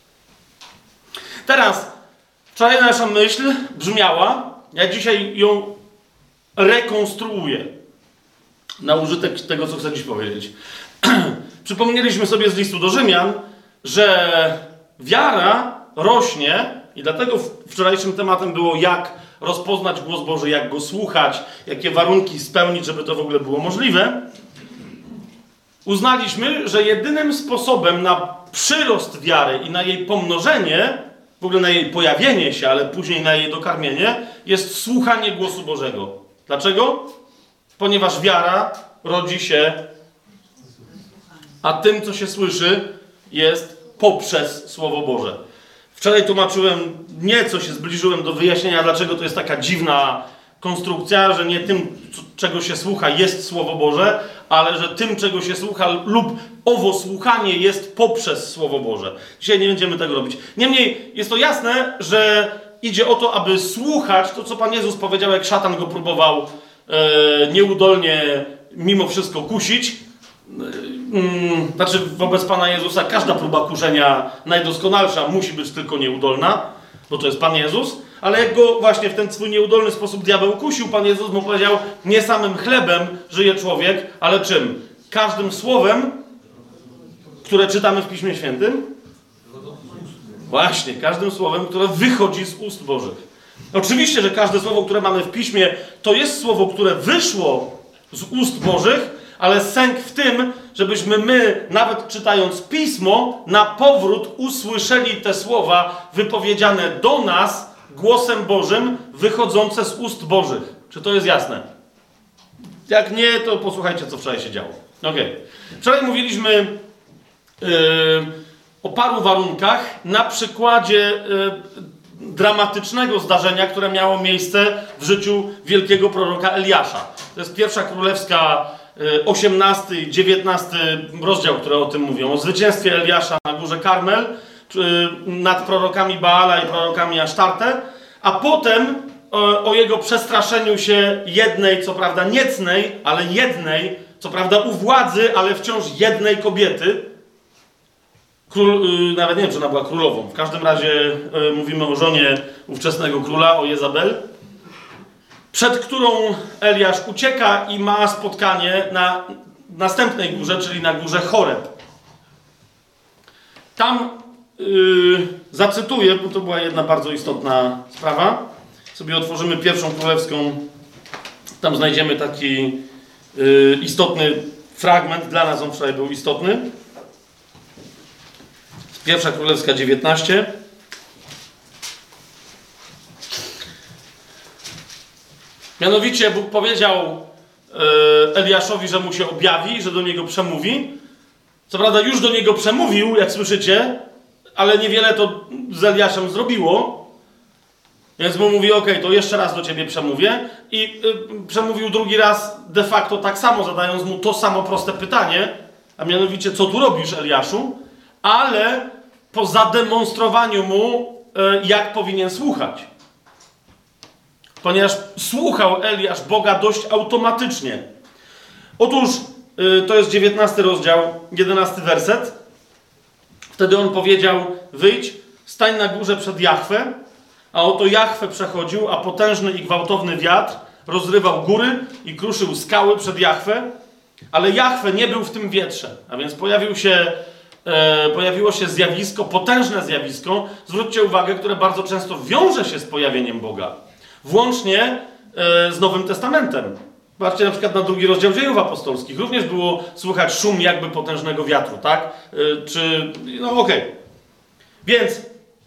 Teraz, wczoraj nasza myśl brzmiała, ja dzisiaj ją rekonstruuję na użytek tego, co chcę dziś powiedzieć. Przypomnieliśmy sobie z listu do Rzymian, że wiara rośnie i dlatego wczorajszym tematem było, jak rozpoznać głos Boży, jak go słuchać, jakie warunki spełnić, żeby to w ogóle było możliwe. Uznaliśmy, że jedynym sposobem na przyrost wiary i na jej pomnożenie, w ogóle na jej pojawienie się, ale później na jej dokarmienie, jest słuchanie głosu Bożego. Dlaczego? Ponieważ wiara rodzi się, a tym, co się słyszy, jest poprzez Słowo Boże. Wczoraj tłumaczyłem, nieco się zbliżyłem do wyjaśnienia, dlaczego to jest taka dziwna konstrukcja, że nie tym, czego się słucha, jest Słowo Boże, ale że tym, czego się słucha lub owo słuchanie jest poprzez Słowo Boże. Dzisiaj nie będziemy tego robić. Niemniej jest to jasne, że idzie o to, aby słuchać to, co Pan Jezus powiedział, jak szatan go próbował e, nieudolnie mimo wszystko kusić. Hmm, znaczy wobec Pana Jezusa każda próba kuszenia najdoskonalsza musi być tylko nieudolna, bo to jest Pan Jezus, ale jak go właśnie w ten swój nieudolny sposób diabeł kusił, Pan Jezus mu powiedział: nie samym chlebem żyje człowiek, ale czym? Każdym słowem, które czytamy w Piśmie Świętym? Właśnie, każdym słowem, które wychodzi z ust Bożych. Oczywiście, że każde słowo, które mamy w Piśmie, to jest słowo, które wyszło z ust Bożych, ale sęk w tym, żebyśmy my, nawet czytając Pismo, na powrót usłyszeli te słowa wypowiedziane do nas głosem Bożym, wychodzące z ust Bożych. Czy to jest jasne? Jak nie, to posłuchajcie, co wczoraj się działo. Okay. Wczoraj mówiliśmy yy, o paru warunkach na przykładzie yy, dramatycznego zdarzenia, które miało miejsce w życiu wielkiego proroka Eliasza. To jest Pierwsza Królewska, osiemnasty i dziewiętnasty rozdział, które o tym mówią. O zwycięstwie Eliasza na górze Karmel nad prorokami Baala i prorokami Asztarte, a potem o, o jego przestraszeniu się jednej, co prawda niecnej, ale jednej, co prawda u władzy, ale wciąż jednej kobiety. Król, nawet nie wiem, czy ona była królową. W każdym razie mówimy o żonie ówczesnego króla, o Jezabel, przed którą Eliasz ucieka i ma spotkanie na następnej górze, czyli na górze Choreb. Tam yy, zacytuję, bo to była jedna bardzo istotna sprawa. Sobie otworzymy Pierwszą Królewską. Tam znajdziemy taki yy, istotny fragment. Dla nas on wczoraj był istotny. Pierwsza Królewska dziewiętnaście. Mianowicie Bóg powiedział e, Eliaszowi, że mu się objawi, że do niego przemówi. Co prawda już do niego przemówił, jak słyszycie, ale niewiele to z Eliaszem zrobiło. Więc mu mówi, okej, to jeszcze raz do ciebie przemówię. I y, przemówił drugi raz de facto tak samo, zadając mu to samo proste pytanie, a mianowicie, co tu robisz, Eliaszu? Ale po zademonstrowaniu mu, y, jak powinien słuchać. Ponieważ słuchał Eliasz Boga dość automatycznie. Otóż, y, to jest dziewiętnasty rozdział, jedenasty werset. Wtedy on powiedział, wyjdź, stań na górze przed Jahwe. A oto Jahwe przechodził, a potężny i gwałtowny wiatr rozrywał góry i kruszył skały przed Jahwe, ale Jahwe nie był w tym wietrze. A więc pojawił się, e, pojawiło się zjawisko, potężne zjawisko, zwróćcie uwagę, które bardzo często wiąże się z pojawieniem Boga. Włącznie e, z Nowym Testamentem. Patrzcie na przykład na drugi rozdział Dziejów Apostolskich. Również było słychać szum jakby potężnego wiatru, tak? E, czy... no okej. Okay. Więc...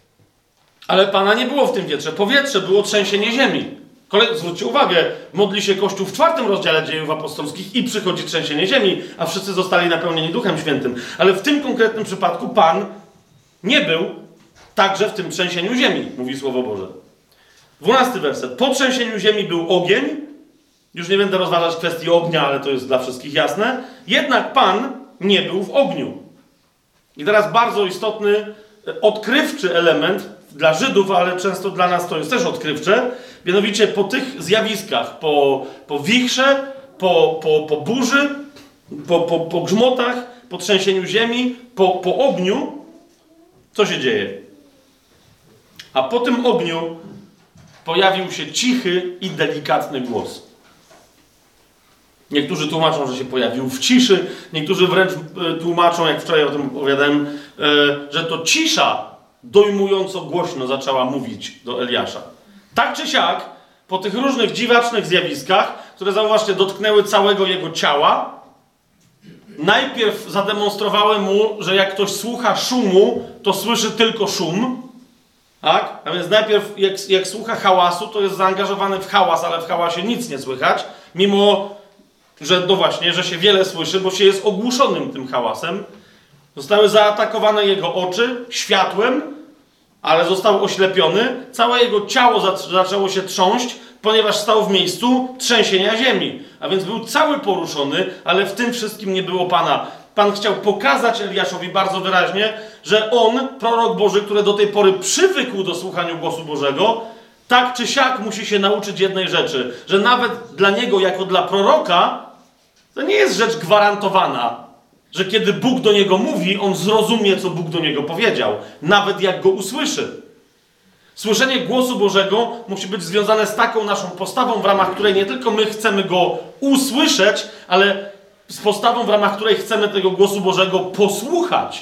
ale Pana nie było w tym wietrze. Powietrze było trzęsienie ziemi. Kolej, zwróćcie uwagę, modli się Kościół w czwartym rozdziale Dziejów Apostolskich i przychodzi trzęsienie ziemi, a wszyscy zostali napełnieni Duchem Świętym. Ale w tym konkretnym przypadku Pan nie był także w tym trzęsieniu ziemi, mówi Słowo Boże. Dwunasty werset. Po trzęsieniu ziemi był ogień. Już nie będę rozważać kwestii ognia, ale to jest dla wszystkich jasne. Jednak Pan nie był w ogniu. I teraz bardzo istotny, odkrywczy element dla Żydów, ale często dla nas to jest też odkrywcze. Mianowicie po tych zjawiskach, po, po wichrze, po, po, po burzy, po, po, po grzmotach, po trzęsieniu ziemi, po, po ogniu, co się dzieje? A po tym ogniu pojawił się cichy i delikatny głos. Niektórzy tłumaczą, że się pojawił w ciszy, niektórzy wręcz tłumaczą, jak wczoraj o tym opowiadałem, że to cisza dojmująco głośno zaczęła mówić do Eliasza. Tak czy siak, po tych różnych dziwacznych zjawiskach, które, zauważcie, dotknęły całego jego ciała, najpierw zademonstrowały mu, że jak ktoś słucha szumu, to słyszy tylko szum. Tak? A więc najpierw, jak, jak słucha hałasu, to jest zaangażowany w hałas, ale w hałasie nic nie słychać, mimo że, no właśnie, że się wiele słyszy, bo się jest ogłuszonym tym hałasem. Zostały zaatakowane jego oczy światłem, ale został oślepiony. Całe jego ciało zaczęło się trząść, ponieważ stał w miejscu trzęsienia ziemi. A więc był cały poruszony, ale w tym wszystkim nie było Pana. Pan chciał pokazać Eliaszowi bardzo wyraźnie, że on, prorok Boży, który do tej pory przywykł do słuchania głosu Bożego, tak czy siak musi się nauczyć jednej rzeczy, że nawet dla niego, jako dla proroka, to nie jest rzecz gwarantowana, że kiedy Bóg do niego mówi, on zrozumie, co Bóg do niego powiedział, nawet jak go usłyszy. Słyszenie głosu Bożego musi być związane z taką naszą postawą, w ramach której nie tylko my chcemy go usłyszeć, ale z postawą, w ramach której chcemy tego głosu Bożego posłuchać.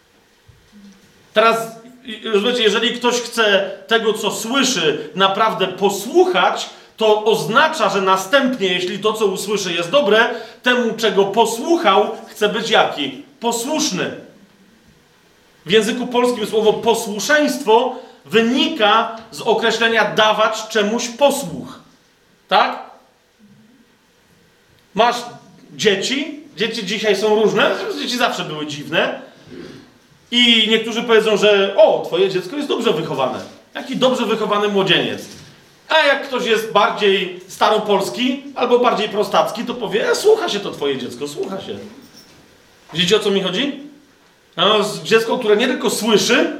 Teraz, rozumiecie, jeżeli ktoś chce tego, co słyszy, naprawdę posłuchać, to oznacza, że następnie, jeśli to, co usłyszy, jest dobre, temu, czego posłuchał, chce być jaki? Posłuszny. W języku polskim słowo posłuszeństwo wynika z określenia dawać czemuś posłuch. Tak? Masz dzieci. Dzieci dzisiaj są różne. Dzieci zawsze były dziwne. I niektórzy powiedzą, że o, twoje dziecko jest dobrze wychowane. Jaki dobrze wychowany młodzieniec. A jak ktoś jest bardziej staropolski albo bardziej prostacki, to powie, e, słucha się to twoje dziecko, słucha się. Widzicie, o co mi chodzi? No, dziecko, które nie tylko słyszy,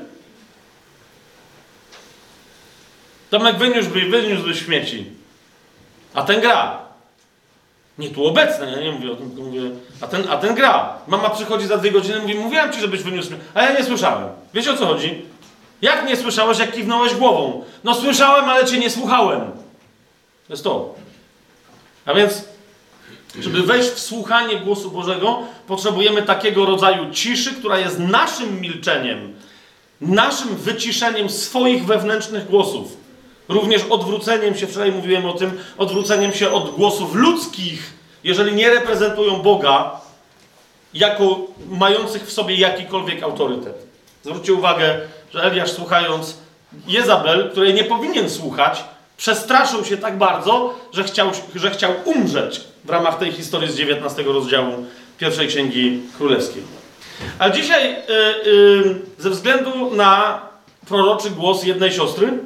Tomek, wyniósłby, wyniósłby śmieci. A ten gra. Nie tu obecny, ja nie mówię o tym, tylko mówię, a ten, a ten gra. Mama przychodzi za dwie godziny i mówi, mówiłam ci, żebyś wyniósł śmieci. A ja nie słyszałem. Wiecie, o co chodzi? Jak nie słyszałeś, jak kiwnąłeś głową? No słyszałem, ale cię nie słuchałem. To jest to. A więc, żeby wejść w słuchanie głosu Bożego, potrzebujemy takiego rodzaju ciszy, która jest naszym milczeniem, naszym wyciszeniem swoich wewnętrznych głosów. Również odwróceniem się, wczoraj mówiłem o tym, odwróceniem się od głosów ludzkich, jeżeli nie reprezentują Boga, jako mających w sobie jakikolwiek autorytet. Zwróćcie uwagę, że Eliasz, słuchając Jezabel, której nie powinien słuchać, przestraszył się tak bardzo, że chciał, że chciał umrzeć w ramach tej historii z dziewiętnastego rozdziału pierwszej Księgi Królewskiej. A dzisiaj yy, yy, ze względu na proroczy głos jednej siostry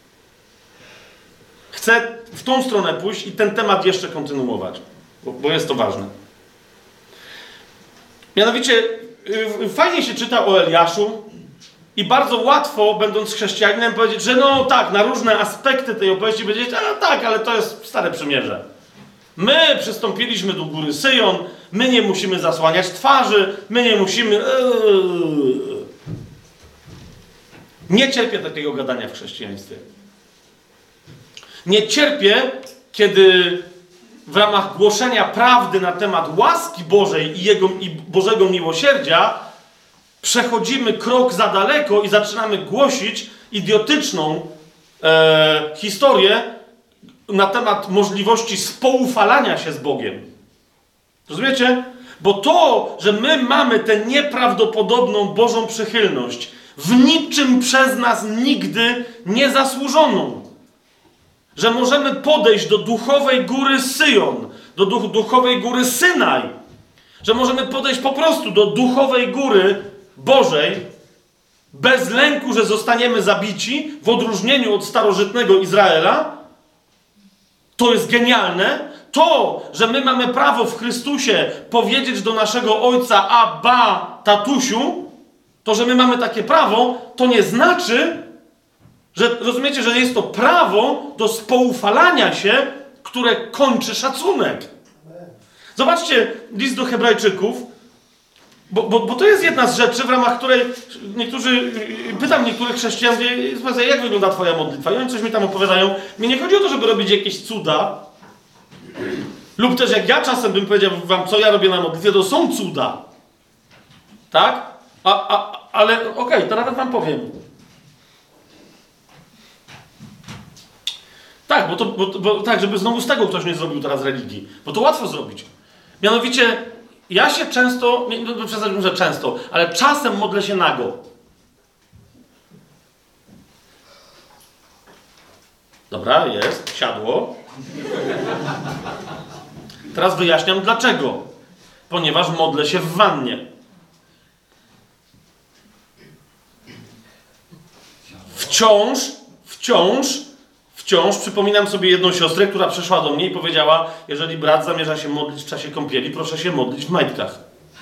chcę w tą stronę pójść i ten temat jeszcze kontynuować, bo, bo jest to ważne. Mianowicie yy, fajnie się czyta o Eliaszu i bardzo łatwo, będąc chrześcijaninem, powiedzieć, że no tak, na różne aspekty tej opowieści powiedzieć, a tak, ale to jest Stare Przymierze. My przystąpiliśmy do góry Syjon, my nie musimy zasłaniać twarzy, my nie musimy... Eee. Nie cierpię takiego gadania w chrześcijaństwie. Nie cierpię, kiedy w ramach głoszenia prawdy na temat łaski Bożej i, jego, i Bożego miłosierdzia przechodzimy krok za daleko i zaczynamy głosić idiotyczną e, historię na temat możliwości spoufalania się z Bogiem. Rozumiecie? Bo to, że my mamy tę nieprawdopodobną Bożą przychylność, w niczym przez nas nigdy niezasłużoną, że możemy podejść do duchowej góry Syjon, do duch, duchowej góry Synaj, że możemy podejść po prostu do duchowej góry Bożej bez lęku, że zostaniemy zabici, w odróżnieniu od starożytnego Izraela, to jest genialne. To, że my mamy prawo w Chrystusie powiedzieć do naszego Ojca Abba, tatusiu, to, że my mamy takie prawo, to nie znaczy, że rozumiecie, że jest to prawo do spoufalania się, które kończy szacunek. Zobaczcie list do Hebrajczyków, bo, bo, bo to jest jedna z rzeczy, w ramach której niektórzy, pytam niektórych chrześcijan, jak wygląda twoja modlitwa? I oni coś mi tam opowiadają. Mi nie chodzi o to, żeby robić jakieś cuda, lub też jak ja czasem bym powiedział wam, co ja robię na modlitwie, to są cuda. Tak? A, a, ale okej, okay, to nawet wam powiem. Tak, bo to, bo, bo, tak, żeby znowu z tego ktoś nie zrobił teraz religii. Bo to łatwo zrobić. Mianowicie, ja się często, nie, nie przesadziłbym, że często, ale czasem modlę się nago. Dobra, jest, siadło. Teraz wyjaśniam dlaczego. Ponieważ modlę się w wannie. Wciąż, wciąż, wciąż przypominam sobie jedną siostrę, która przyszła do mnie i powiedziała, jeżeli brat zamierza się modlić w czasie kąpieli, proszę się modlić w majtkach.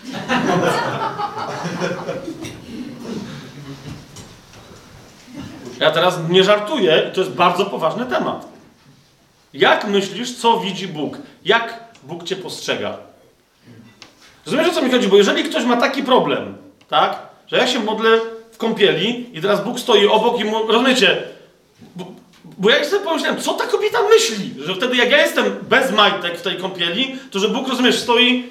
Ja teraz nie żartuję i to jest bardzo poważny temat. Jak myślisz, co widzi Bóg? Jak Bóg cię postrzega? Rozumiesz, o co mi chodzi? Bo jeżeli ktoś ma taki problem, tak, że ja się modlę w kąpieli i teraz Bóg stoi obok i mu... Rozumiecie? Bo, bo ja sobie pomyślałem, co ta kobieta myśli? Że wtedy jak ja jestem bez majtek w tej kąpieli, to że Bóg, rozumiesz, stoi...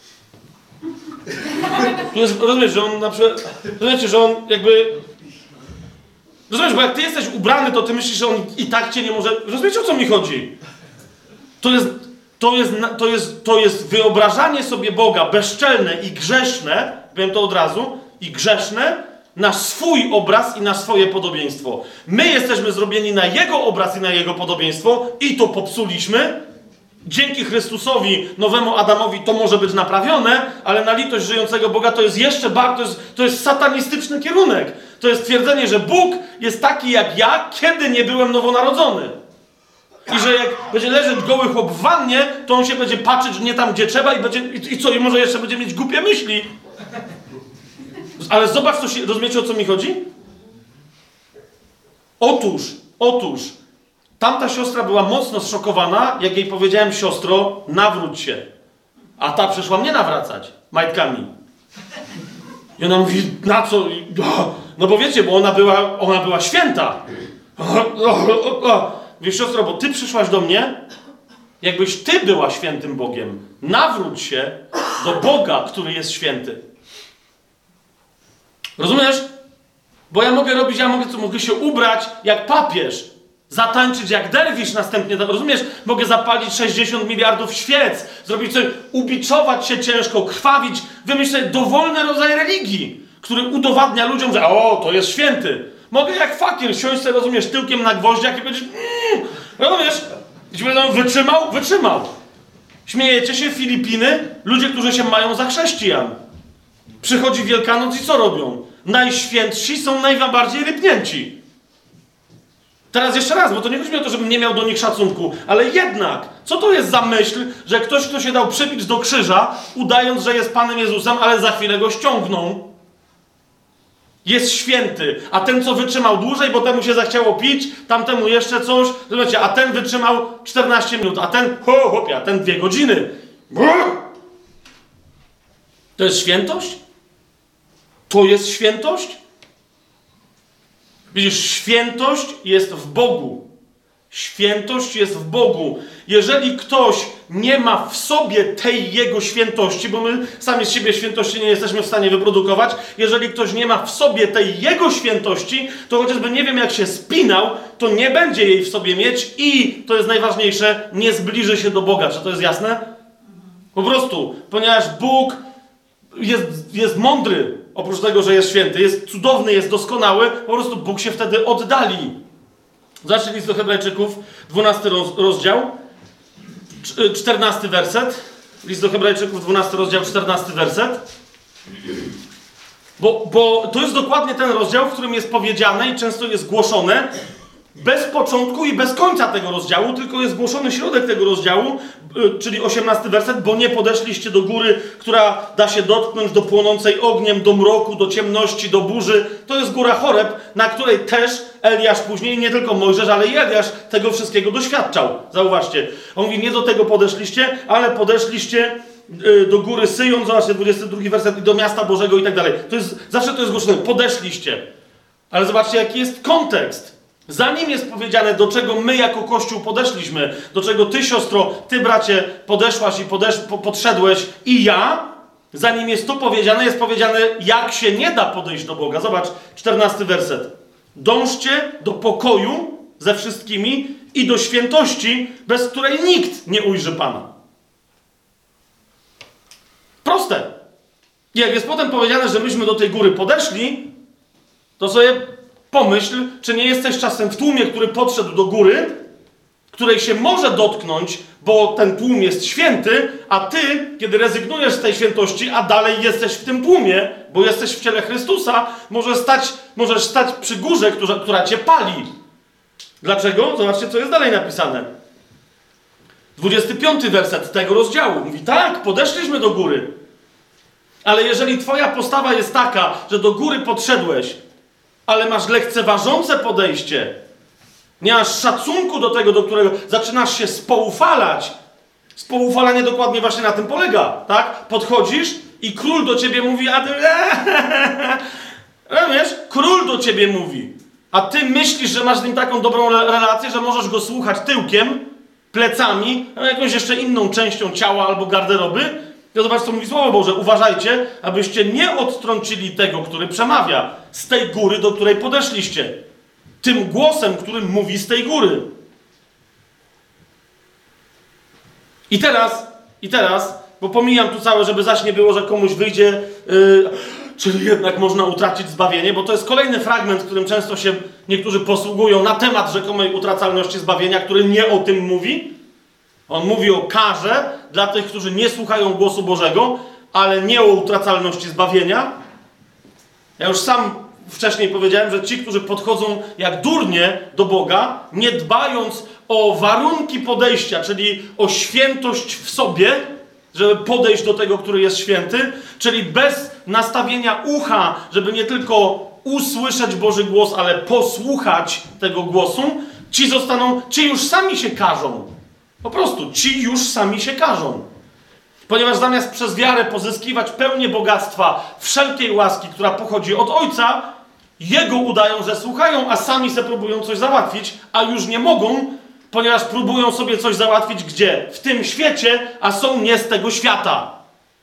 Tu jest, rozumiesz, że on na przykład... Rozumiecie, że on jakby... Rozumiesz, bo jak ty jesteś ubrany, to ty myślisz, że on i tak cię nie może... Rozumiecie, o co mi chodzi? To jest, to jest, to jest, to jest wyobrażanie sobie Boga bezczelne i grzeszne, powiem to od razu, i grzeszne, na swój obraz i na swoje podobieństwo. My jesteśmy zrobieni na Jego obraz i na Jego podobieństwo i to popsuliśmy. Dzięki Chrystusowi, nowemu Adamowi to może być naprawione, ale na litość żyjącego Boga to jest jeszcze bardziej, to jest, to jest satanistyczny kierunek. To jest twierdzenie, że Bóg jest taki jak ja, kiedy nie byłem nowonarodzony. I że jak będzie leżeć goły chłop w wannie, to on się będzie patrzeć nie tam, gdzie trzeba i będzie, i, i co, i może jeszcze będzie mieć głupie myśli. Ale zobacz, co się, rozumiecie, o co mi chodzi? Otóż, otóż, tamta siostra była mocno zszokowana, jak jej powiedziałem, siostro, nawróć się. A ta przyszła mnie nawracać majtkami. I ona mówi, na co? No bo wiecie, bo ona była, ona była święta. Wiesz, siostro, bo ty przyszłaś do mnie, jakbyś ty była świętym Bogiem. Nawróć się do Boga, który jest święty. Rozumiesz? Bo ja mogę robić, ja mogę, co, mogę się ubrać jak papież, zatańczyć jak derwisz następnie, rozumiesz? Mogę zapalić sześćdziesiąt miliardów świec, zrobić coś, ubiczować się ciężko, krwawić, wymyśleć dowolny rodzaj religii. który udowadnia ludziom, że o, to jest święty. Mogę jak fakier siąść sobie, rozumiesz, tyłkiem na gwoździach i powiedzieć, mmm, rozumiesz, i ci powiedzą, wytrzymał? Wytrzymał. Śmiejecie się, Filipiny, ludzie, którzy się mają za chrześcijan. Przychodzi Wielkanoc i co robią? Najświętsi są najbardziej rypnięci. Teraz jeszcze raz, bo to nie chodzi mi o to, żebym nie miał do nich szacunku, ale jednak, co to jest za myśl, że ktoś, kto się dał przybić do krzyża, udając, że jest Panem Jezusem, ale za chwilę go ściągną, jest święty, a ten, co wytrzymał dłużej, bo temu się zachciało pić, tamtemu jeszcze coś, zobaczcie, a ten wytrzymał czternaście minut, a ten, ho, hopie, a ten dwie godziny. To jest świętość? To jest świętość? Widzisz, świętość jest w Bogu. Świętość jest w Bogu. Jeżeli ktoś nie ma w sobie tej Jego świętości, bo my sami z siebie świętości nie jesteśmy w stanie wyprodukować, jeżeli ktoś nie ma w sobie tej Jego świętości, to chociażby nie wiem jak się spinał, to nie będzie jej w sobie mieć i, to jest najważniejsze, nie zbliży się do Boga. Czy to jest jasne? Po prostu, ponieważ Bóg jest, jest mądry, oprócz tego, że jest święty, jest cudowny, jest doskonały, po prostu Bóg się wtedy oddali. Zacznij list do Hebrajczyków, dwunasty roz, rozdział, czternasty werset. List do Hebrajczyków, dwunasty rozdział, czternasty werset. Bo, bo to jest dokładnie ten rozdział, w którym jest powiedziane i często jest głoszone, bez początku i bez końca tego rozdziału, tylko jest głoszony środek tego rozdziału, czyli osiemnasty werset, bo nie podeszliście do góry, która da się dotknąć, do płonącej ogniem, do mroku, do ciemności, do burzy. To jest góra Choreb, na której też Eliasz później, nie tylko Mojżesz, ale i Eliasz tego wszystkiego doświadczał. Zauważcie. On mówi, nie do tego podeszliście, ale podeszliście do góry Syjon, zobaczcie, dwudziesty drugi werset, i do miasta Bożego i tak dalej. To jest, zawsze to jest głoszone, podeszliście. Ale zobaczcie, jaki jest kontekst. Zanim jest powiedziane, do czego my jako Kościół podeszliśmy, do czego ty, siostro, ty, bracie, podeszłaś i podesz, po, podszedłeś i ja, zanim jest to powiedziane, jest powiedziane, jak się nie da podejść do Boga. Zobacz, czternasty werset. Dążcie do pokoju ze wszystkimi i do świętości, bez której nikt nie ujrzy Pana. Proste. I jak jest potem powiedziane, że myśmy do tej góry podeszli, to sobie pomyśl, czy nie jesteś czasem w tłumie, który podszedł do góry, której się może dotknąć, bo ten tłum jest święty, a ty, kiedy rezygnujesz z tej świętości, a dalej jesteś w tym tłumie, bo jesteś w ciele Chrystusa, możesz stać, możesz stać przy górze, która, która cię pali. Dlaczego? Zobaczcie, co jest dalej napisane. dwudziesty piąty werset tego rozdziału. Mówi, tak, podeszliśmy do góry. Ale jeżeli twoja postawa jest taka, że do góry podszedłeś, ale masz lekceważące podejście, nie masz szacunku do tego, do którego zaczynasz się spoufalać. Spoufalanie dokładnie właśnie na tym polega, tak? Podchodzisz i król do ciebie mówi, a ty... Wiesz? Król do ciebie mówi, a ty myślisz, że masz z nim taką dobrą relację, że możesz go słuchać tyłkiem, plecami, a jakąś jeszcze inną częścią ciała albo garderoby. To zobacz, co mówi Słowo Boże. Uważajcie, abyście nie odtrącili tego, który przemawia z tej góry, do której podeszliście. Tym głosem, którym mówi z tej góry. I teraz, i teraz, bo pomijam tu całe, żeby zaś nie było, że komuś wyjdzie, yy, czyli jednak można utracić zbawienie, bo to jest kolejny fragment, którym często się niektórzy posługują na temat rzekomej utracalności zbawienia, który nie o tym mówi. On mówi o karze dla tych, którzy nie słuchają głosu Bożego, ale nie o utracalności zbawienia. Ja już sam wcześniej powiedziałem, że ci, którzy podchodzą jak durnie do Boga, nie dbając o warunki podejścia, czyli o świętość w sobie, żeby podejść do tego, który jest święty, czyli bez nastawienia ucha, żeby nie tylko usłyszeć Boży głos, ale posłuchać tego głosu, ci zostaną, ci już sami się karzą. Po prostu, ci już sami się karzą. Ponieważ zamiast przez wiarę pozyskiwać pełnię bogactwa wszelkiej łaski, która pochodzi od Ojca, Jego udają, że słuchają, a sami se próbują coś załatwić, a już nie mogą, ponieważ próbują sobie coś załatwić gdzie? W tym świecie, a są nie z tego świata.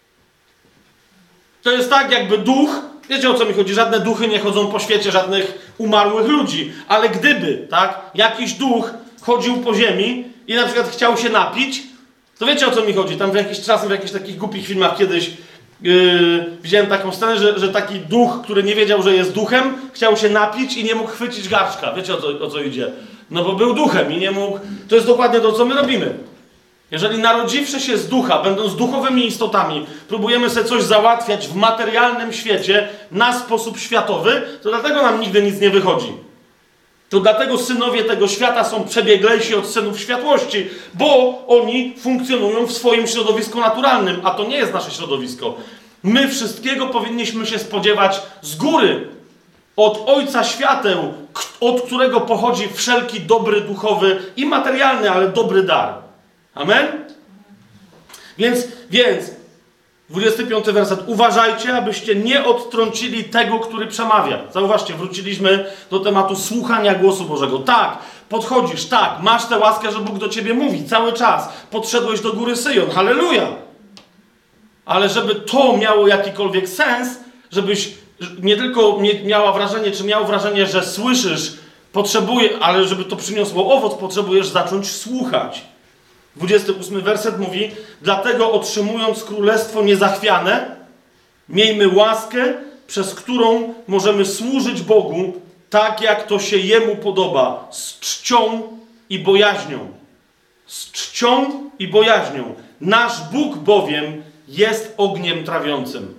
To jest tak, jakby duch, wiecie o co mi chodzi, żadne duchy nie chodzą po świecie, żadnych umarłych ludzi, ale gdyby, tak, jakiś duch chodził po ziemi i na przykład chciał się napić, to wiecie o co mi chodzi, tam w jakiś czasem w jakichś takich głupich filmach kiedyś Yy, widziałem taką scenę, że, że taki duch, który nie wiedział, że jest duchem, chciał się napić i nie mógł chwycić garczka. Wiecie, o co, o co idzie? No bo był duchem i nie mógł... To jest dokładnie to, co my robimy. Jeżeli narodziwszy się z ducha, będąc duchowymi istotami, próbujemy sobie coś załatwiać w materialnym świecie na sposób światowy, to dlatego nam nigdy nic nie wychodzi. To dlatego synowie tego świata są przebieglejsi od synów światłości, bo oni funkcjonują w swoim środowisku naturalnym, a to nie jest nasze środowisko. My wszystkiego powinniśmy się spodziewać z góry, od Ojca Świateł, od którego pochodzi wszelki dobry duchowy i materialny, ale dobry dar. Amen? Więc, więc, dwudziesty piąty werset. Uważajcie, abyście nie odtrącili tego, który przemawia. Zauważcie, wróciliśmy do tematu słuchania głosu Bożego. Tak, podchodzisz, tak, masz tę łaskę, że Bóg do ciebie mówi cały czas. Podszedłeś do góry Syjon, halleluja! Ale żeby to miało jakikolwiek sens, żebyś nie tylko miała wrażenie, czy miał wrażenie, że słyszysz, potrzebuje, ale żeby to przyniosło owoc, potrzebujesz zacząć słuchać. dwudziesty ósmy werset mówi: dlatego otrzymując królestwo niezachwiane, miejmy łaskę, przez którą możemy służyć Bogu tak, jak to się Jemu podoba, z czcią i bojaźnią. Z czcią i bojaźnią. Nasz Bóg bowiem jest ogniem trawiącym.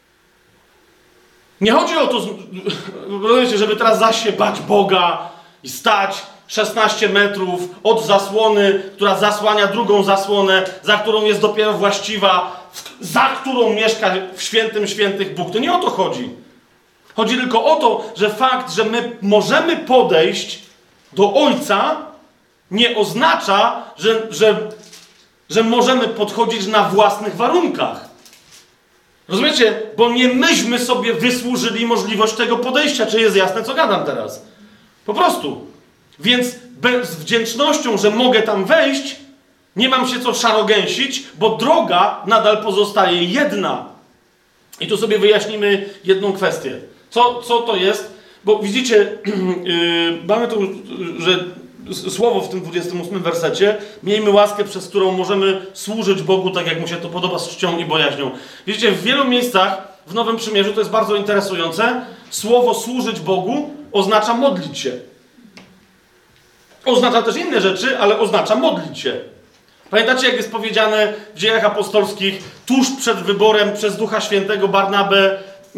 Nie chodzi o to, rozumiecie, żeby teraz zaś się bać Boga i stać szesnaście metrów od zasłony, która zasłania drugą zasłonę, za którą jest dopiero właściwa, za którą mieszka w świętym świętych Bóg. To nie o to chodzi. Chodzi tylko o to, że fakt, że my możemy podejść do Ojca, nie oznacza, że, że, że możemy podchodzić na własnych warunkach. Rozumiecie? Bo nie myśmy sobie wysłużyli możliwość tego podejścia. Czy jest jasne, co gadam teraz? Po prostu. Więc z wdzięcznością, że mogę tam wejść, nie mam się co szarogęsić, bo droga nadal pozostaje jedna. I tu sobie wyjaśnimy jedną kwestię. Co, co to jest? Bo widzicie, yy, mamy tu, że słowo w tym dwudziestym ósmym wersecie: miejmy łaskę, przez którą możemy służyć Bogu tak, jak Mu się to podoba, z czcią i bojaźnią. Widzicie, w wielu miejscach w Nowym Przymierzu, to jest bardzo interesujące, słowo służyć Bogu oznacza modlić się. Oznacza też inne rzeczy, ale oznacza modlić się. Pamiętacie, jak jest powiedziane w Dziejach Apostolskich, tuż przed wyborem przez Ducha Świętego Barnabę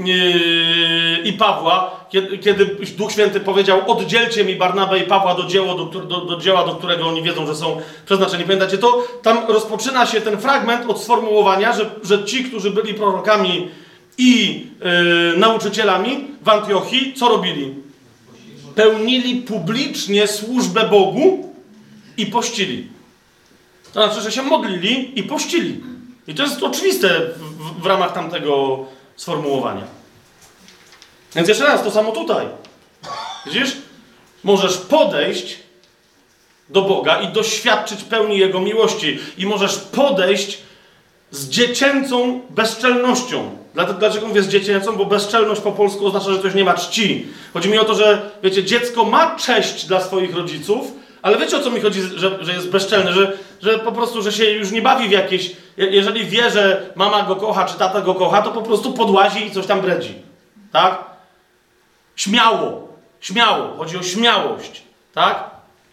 yy, i Pawła, kiedy, kiedy Duch Święty powiedział: oddzielcie mi Barnabę i Pawła do dzieła do, do, do dzieła, do którego oni wiedzą, że są przeznaczeni. Pamiętacie to? Tam rozpoczyna się ten fragment od sformułowania, że, że ci, którzy byli prorokami i yy, nauczycielami w Antiochii, co robili? Pełnili publicznie służbę Bogu i pościli. To znaczy, że się modlili i pościli. I to jest oczywiste w, w ramach tamtego sformułowania. Więc jeszcze raz, to samo tutaj. Widzisz? Możesz podejść do Boga i doświadczyć pełni Jego miłości. I możesz podejść z dziecięcą bezczelnością. Dlaczego mówię z dziecięcą? Bo bezczelność po polsku oznacza, że ktoś nie ma czci. Chodzi mi o to, że wiecie, dziecko ma cześć dla swoich rodziców, ale wiecie, o co mi chodzi, że, że jest bezczelny, że, że po prostu, że się już nie bawi w jakieś... Jeżeli wie, że mama go kocha, czy tata go kocha, to po prostu podłazi i coś tam bredzi. Tak? Śmiało. Śmiało. Chodzi o śmiałość. Tak?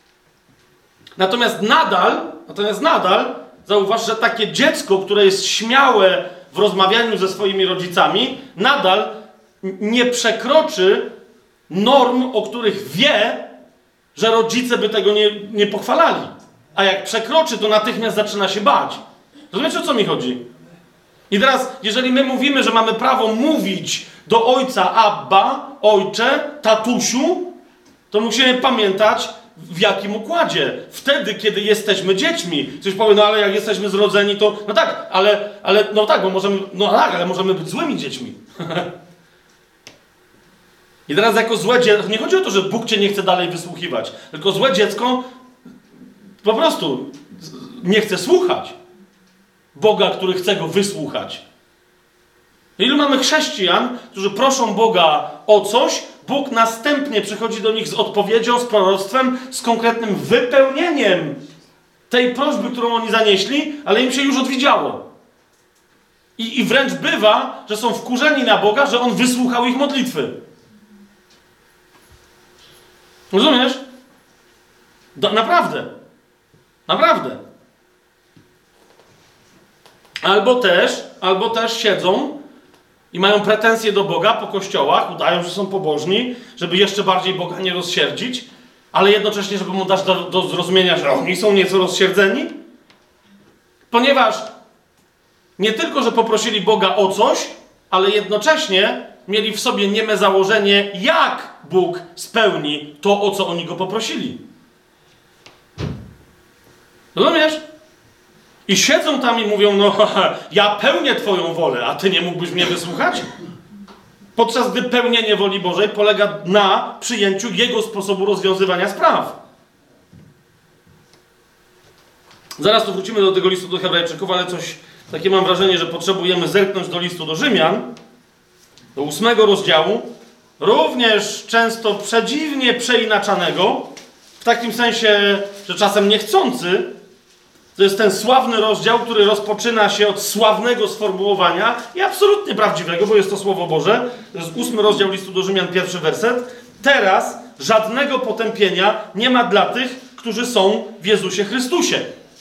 Natomiast nadal, natomiast nadal zauważ, że takie dziecko, które jest śmiałe w rozmawianiu ze swoimi rodzicami, nadal nie przekroczy norm, o których wie, że rodzice by tego nie, nie pochwalali. A jak przekroczy, to natychmiast zaczyna się bać. Rozumiecie, o co mi chodzi? I teraz, jeżeli my mówimy, że mamy prawo mówić do ojca Abba, ojcze, tatusiu, to musimy pamiętać, w jakim układzie. Wtedy, kiedy jesteśmy dziećmi. Ktoś powie: no ale jak jesteśmy zrodzeni, to... No tak, ale, ale no tak, bo możemy... No tak, ale możemy być złymi dziećmi. I teraz jako złe dziecko... Nie chodzi o to, że Bóg cię nie chce dalej wysłuchiwać. Tylko złe dziecko po prostu nie chce słuchać Boga, który chce go wysłuchać. Ilu mamy chrześcijan, którzy proszą Boga o coś, Bóg następnie przychodzi do nich z odpowiedzią, z proroctwem, z konkretnym wypełnieniem tej prośby, którą oni zanieśli, ale im się już odwiedziało. I, I wręcz bywa, że są wkurzeni na Boga, że On wysłuchał ich modlitwy. Rozumiesz? Do, naprawdę. Naprawdę. Albo też, albo też siedzą i mają pretensje do Boga po kościołach, udają, że są pobożni, żeby jeszcze bardziej Boga nie rozsierdzić, ale jednocześnie, żeby mu dać do, do zrozumienia, że oni są nieco rozsierdzeni. Ponieważ nie tylko, że poprosili Boga o coś, ale jednocześnie mieli w sobie nieme założenie, jak Bóg spełni to, o co oni Go poprosili. Rozumiesz? I siedzą tam i mówią, no haha, ja pełnię Twoją wolę, a Ty nie mógłbyś mnie wysłuchać? Podczas gdy pełnienie woli Bożej polega na przyjęciu Jego sposobu rozwiązywania spraw. Zaraz tu wrócimy do tego listu do Hebrajczyków, ale coś takie mam wrażenie, że potrzebujemy zerknąć do listu do Rzymian, do ósmego rozdziału, również często przedziwnie przeinaczanego, w takim sensie, że czasem niechcący. To jest ten sławny rozdział, który rozpoczyna się od sławnego sformułowania i absolutnie prawdziwego, bo jest to Słowo Boże. To jest ósmy rozdział listu do Rzymian, pierwszy werset. Teraz żadnego potępienia nie ma dla tych, którzy są w Jezusie Chrystusie.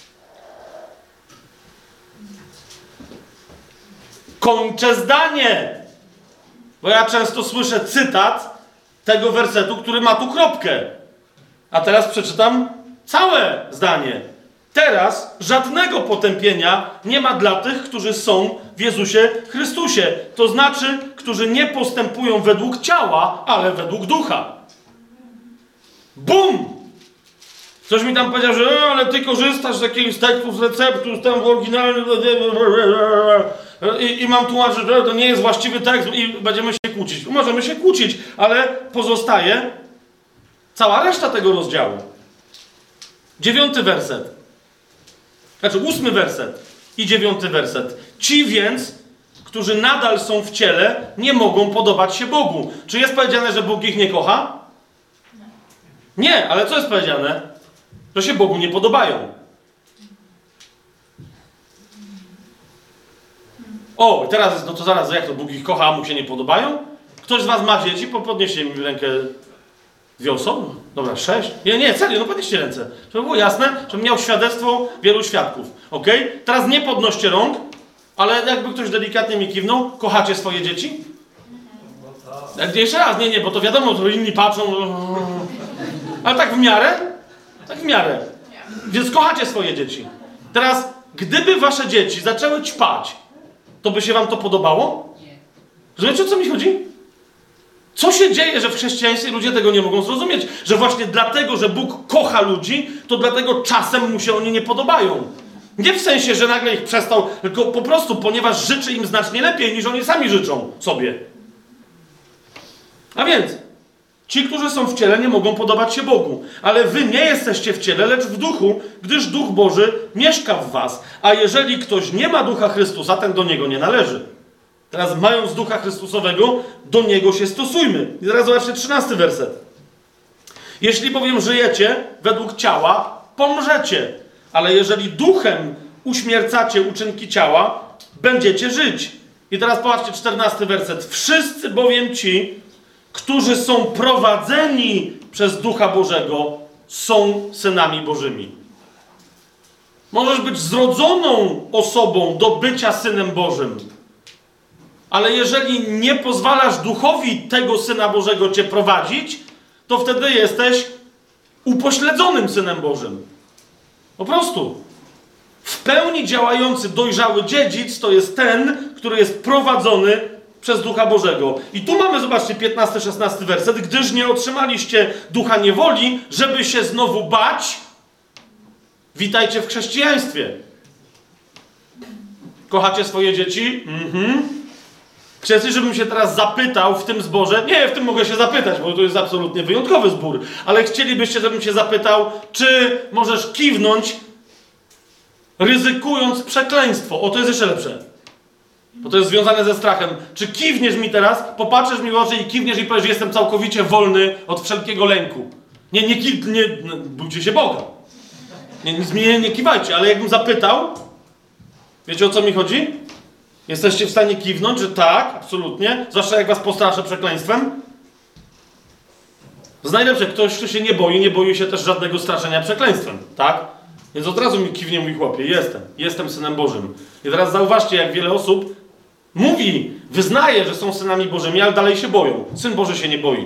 Kończę zdanie. Bo ja często słyszę cytat tego wersetu, który ma tu kropkę. A teraz przeczytam całe zdanie. Teraz żadnego potępienia nie ma dla tych, którzy są w Jezusie Chrystusie. To znaczy, którzy nie postępują według ciała, ale według ducha. Bum! Ktoś mi tam powiedział, że no, ale ty korzystasz z jakiegoś tekstu, z receptu, z tam w oryginalnym i, i mam tłumaczyć, że to nie jest właściwy tekst i będziemy się kłócić. Możemy się kłócić, ale pozostaje cała reszta tego rozdziału. Dziewiąty werset. Znaczy ósmy werset i dziewiąty werset. Ci więc, którzy nadal są w ciele, nie mogą podobać się Bogu. Czy jest powiedziane, że Bóg ich nie kocha? Nie, ale co jest powiedziane? Że się Bogu nie podobają. O, teraz jest, no to zaraz, jak to Bóg ich kocha, a mu się nie podobają? Ktoś z was ma dzieci? Podnieście mi rękę. Dwie osoby? Dobra, sześć? Nie, nie, serio, no podnieście ręce. Żeby było jasne, żebym miał świadectwo wielu świadków. Ok? Teraz nie podnoście rąk, ale jakby ktoś delikatnie mi kiwnął, kochacie swoje dzieci? Jak jeszcze raz, nie, nie, bo to wiadomo, to inni patrzą. Ale tak w miarę? Tak w miarę. Więc kochacie swoje dzieci. Teraz, gdyby wasze dzieci zaczęły ćpać, to by się wam to podobało? Rozumiecie, o co mi chodzi? Co się dzieje, że w chrześcijaństwie ludzie tego nie mogą zrozumieć? Że właśnie dlatego, że Bóg kocha ludzi, to dlatego czasem mu się oni nie podobają. Nie w sensie, że nagle ich przestał, tylko po prostu, ponieważ życzy im znacznie lepiej, niż oni sami życzą sobie. A więc, ci, którzy są w ciele, nie mogą podobać się Bogu. Ale wy nie jesteście w ciele, lecz w duchu, gdyż Duch Boży mieszka w was. A jeżeli ktoś nie ma Ducha Chrystusa, ten do niego nie należy. Teraz mając Ducha Chrystusowego, do Niego się stosujmy. I teraz zobaczcie trzynasty werset. Jeśli bowiem żyjecie według ciała, pomrzecie. Ale jeżeli duchem uśmiercacie uczynki ciała, będziecie żyć. I teraz popatrzcie czternasty werset. Wszyscy bowiem ci, którzy są prowadzeni przez Ducha Bożego, są synami Bożymi. Możesz być zrodzoną osobą do bycia synem Bożym. Ale jeżeli nie pozwalasz Duchowi tego Syna Bożego cię prowadzić, to wtedy jesteś upośledzonym Synem Bożym. Po prostu. W pełni działający, dojrzały dziedzic to jest ten, który jest prowadzony przez Ducha Bożego. I tu mamy, zobaczcie, piętnasty szesnasty werset. Gdyż nie otrzymaliście ducha niewoli, żeby się znowu bać, witajcie w chrześcijaństwie. Kochacie swoje dzieci? Mhm. Chcecie, żebym się teraz zapytał w tym zborze? Nie, w tym mogę się zapytać, bo to jest absolutnie wyjątkowy zbór. Ale chcielibyście, żebym się zapytał, czy możesz kiwnąć, ryzykując przekleństwo. O, to jest jeszcze lepsze. Bo to jest związane ze strachem. Czy kiwniesz mi teraz, popatrzysz mi w oczy i kiwniesz i powiesz, że jestem całkowicie wolny od wszelkiego lęku. Nie, nie, nie, nie bójcie się Boga. Nie, nie, nie kiwajcie, ale jakbym zapytał, wiecie, o co mi chodzi? Jesteście w stanie kiwnąć, że tak, absolutnie, zwłaszcza jak was postraszę przekleństwem? To jest najlepsze, ktoś, kto się nie boi, nie boi się też żadnego straszenia przekleństwem, tak? Więc od razu mi kiwnie, mój chłopie, jestem, jestem Synem Bożym. I teraz zauważcie, jak wiele osób mówi, wyznaje, że są synami Bożymi, ale dalej się boją. Syn Boży się nie boi.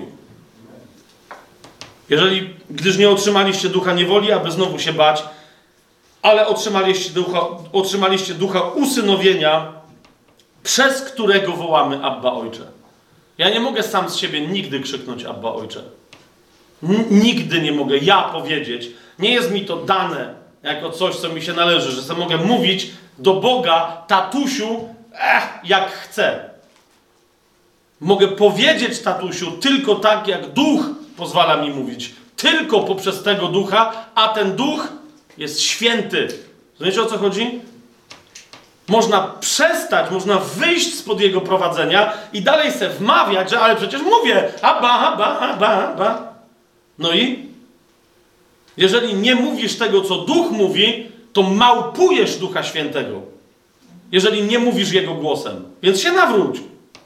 Jeżeli, gdyż nie otrzymaliście ducha niewoli, aby znowu się bać, ale otrzymaliście ducha, otrzymaliście ducha usynowienia, przez którego wołamy Abba Ojcze. Ja nie mogę sam z siebie nigdy krzyknąć Abba Ojcze. N- nigdy nie mogę ja powiedzieć. Nie jest mi to dane jako coś, co mi się należy, że sobie mogę mówić do Boga, tatusiu, eh, jak chcę. Mogę powiedzieć tatusiu tylko tak, jak duch pozwala mi mówić. Tylko poprzez tego ducha, a ten duch jest święty. Wiecie, o co chodzi? Można przestać, można wyjść spod jego prowadzenia i dalej se wmawiać, że ale przecież mówię, aba, aba, aba, aba. No i? Jeżeli nie mówisz tego, co duch mówi, to małpujesz Ducha Świętego. Jeżeli nie mówisz jego głosem. Więc się nawróć.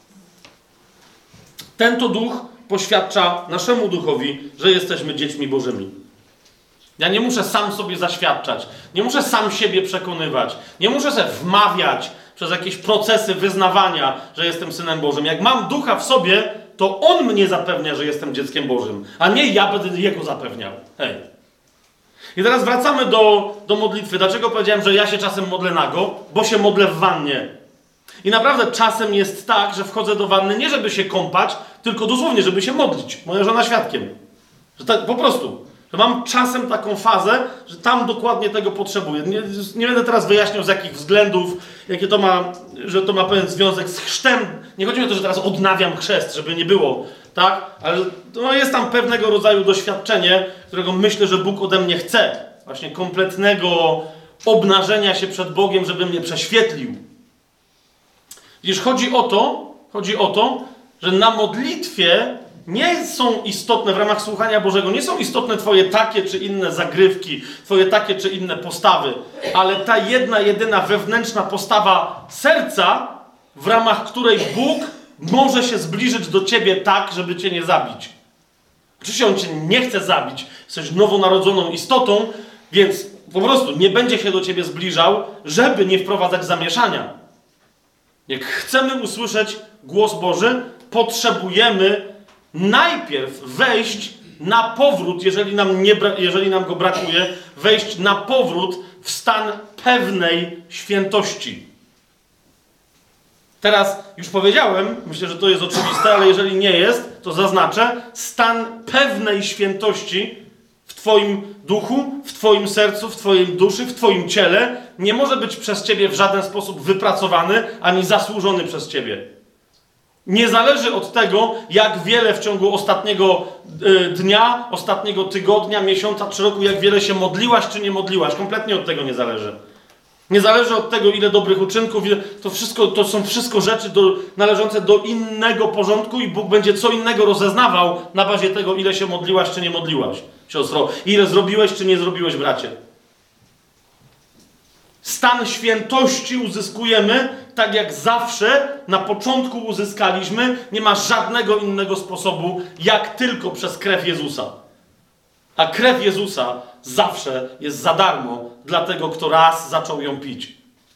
Ten to duch poświadcza naszemu duchowi, że jesteśmy dziećmi Bożymi. Ja nie muszę sam sobie zaświadczać. Nie muszę sam siebie przekonywać. Nie muszę sobie wmawiać przez jakieś procesy wyznawania, że jestem Synem Bożym. Jak mam ducha w sobie, to on mnie zapewnia, że jestem dzieckiem Bożym, a nie ja będę jego zapewniał. Hej. I teraz wracamy do, do modlitwy. Dlaczego powiedziałem, że ja się czasem modlę nago? Bo się modlę w wannie. I naprawdę czasem jest tak, że wchodzę do wanny nie żeby się kąpać, tylko dosłownie, żeby się modlić. Moja żona świadkiem. Że tak, po prostu. Że mam czasem taką fazę, że tam dokładnie tego potrzebuję. Nie, nie będę teraz wyjaśniał z jakich względów, jakie to ma, że to ma pewien związek z chrztem. Nie chodzi o to, że teraz odnawiam chrzest, żeby nie było, tak? Ale no jest tam pewnego rodzaju doświadczenie, którego myślę, że Bóg ode mnie chce. Właśnie kompletnego obnażenia się przed Bogiem, żeby mnie prześwietlił. Widzisz, chodzi o to, chodzi o to, że na modlitwie nie są istotne, w ramach słuchania Bożego, nie są istotne twoje takie czy inne zagrywki, twoje takie czy inne postawy, ale ta jedna, jedyna wewnętrzna postawa serca, w ramach której Bóg może się zbliżyć do ciebie tak, żeby cię nie zabić. Oczywiście On cię nie chce zabić, jesteś nowonarodzoną istotą, więc po prostu nie będzie się do ciebie zbliżał, żeby nie wprowadzać zamieszania. Jak chcemy usłyszeć głos Boży, potrzebujemy najpierw wejść na powrót, jeżeli nam, nie bra- jeżeli nam go brakuje, wejść na powrót w stan pewnej świętości. Teraz już powiedziałem, myślę, że to jest oczywiste, ale jeżeli nie jest, to zaznaczę, stan pewnej świętości w twoim duchu, w twoim sercu, w twojej duszy, w twoim ciele nie może być przez ciebie w żaden sposób wypracowany, ani zasłużony przez ciebie. Nie zależy od tego, jak wiele w ciągu ostatniego y, dnia, ostatniego tygodnia, miesiąca czy roku, jak wiele się modliłaś czy nie modliłaś. Kompletnie od tego nie zależy. Nie zależy od tego, ile dobrych uczynków, ile, to, wszystko, to są wszystko rzeczy do, należące do innego porządku i Bóg będzie co innego rozeznawał na bazie tego, ile się modliłaś czy nie modliłaś, siostro. Ile zrobiłeś czy nie zrobiłeś, bracie. Stan świętości uzyskujemy, tak jak zawsze na początku uzyskaliśmy. Nie ma żadnego innego sposobu, jak tylko przez krew Jezusa. A krew Jezusa zawsze jest za darmo dla tego, kto raz zaczął ją pić.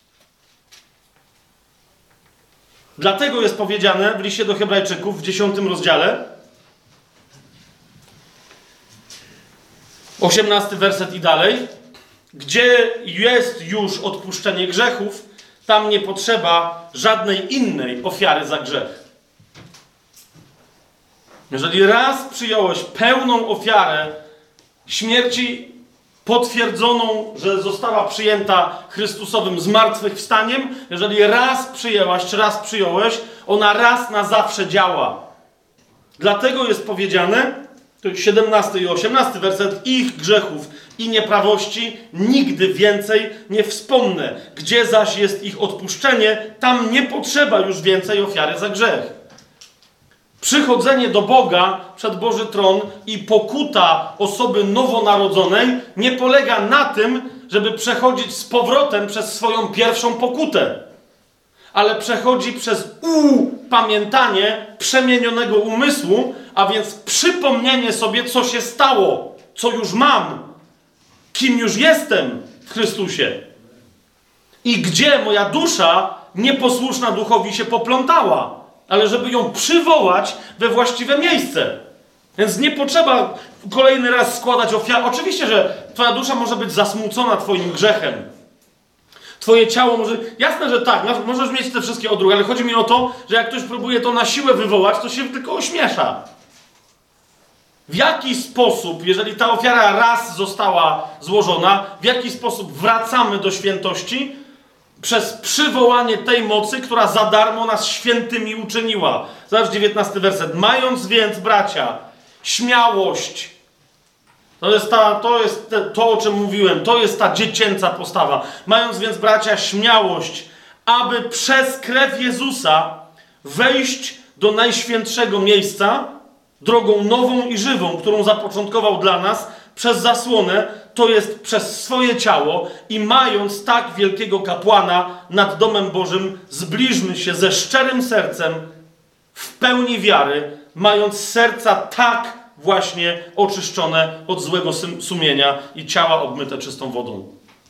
Dlatego jest powiedziane w liście do Hebrajczyków w dziesiątym rozdziale, osiemnasty werset i dalej, gdzie jest już odpuszczenie grzechów, tam nie potrzeba żadnej innej ofiary za grzech. Jeżeli raz przyjąłeś pełną ofiarę śmierci potwierdzoną, że została przyjęta Chrystusowym zmartwychwstaniem, jeżeli raz przyjęłaś, czy raz przyjąłeś, ona raz na zawsze działa. Dlatego jest powiedziane, to jest siedemnasty i osiemnasty werset, ich grzechów i nieprawości nigdy więcej nie wspomnę. Gdzie zaś jest ich odpuszczenie, tam nie potrzeba już więcej ofiary za grzech. Przychodzenie do Boga przed Boży tron i pokuta osoby nowonarodzonej nie polega na tym, żeby przechodzić z powrotem przez swoją pierwszą pokutę. ale przechodzi przez upamiętanie przemienionego umysłu, a więc przypomnienie sobie, co się stało, co już mam, kim już jestem w Chrystusie i gdzie moja dusza nieposłuszna duchowi się poplątała, ale żeby ją przywołać we właściwe miejsce. Więc nie potrzeba kolejny raz składać ofiar. Oczywiście, że twoja dusza może być zasmucona twoim grzechem. Twoje ciało może... Jasne, że tak, możesz mieć te wszystkie odruchy, ale chodzi mi o to, że jak ktoś próbuje to na siłę wywołać, to się tylko ośmiesza. W jaki sposób, jeżeli ta ofiara raz została złożona, w jaki sposób wracamy do świętości? Przez przywołanie tej mocy, która za darmo nas świętymi uczyniła. Zobacz dziewiętnasty werset. Mając więc, bracia, śmiałość. To jest, ta, to, jest te, to, o czym mówiłem. To jest ta dziecięca postawa. Mając więc, bracia, śmiałość, aby przez krew Jezusa wejść do najświętszego miejsca drogą nową i żywą, którą zapoczątkował dla nas przez zasłonę, to jest przez swoje ciało i mając tak wielkiego kapłana nad domem Bożym, zbliżmy się ze szczerym sercem w pełni wiary, mając serca tak właśnie oczyszczone od złego sumienia i ciała obmyte czystą wodą.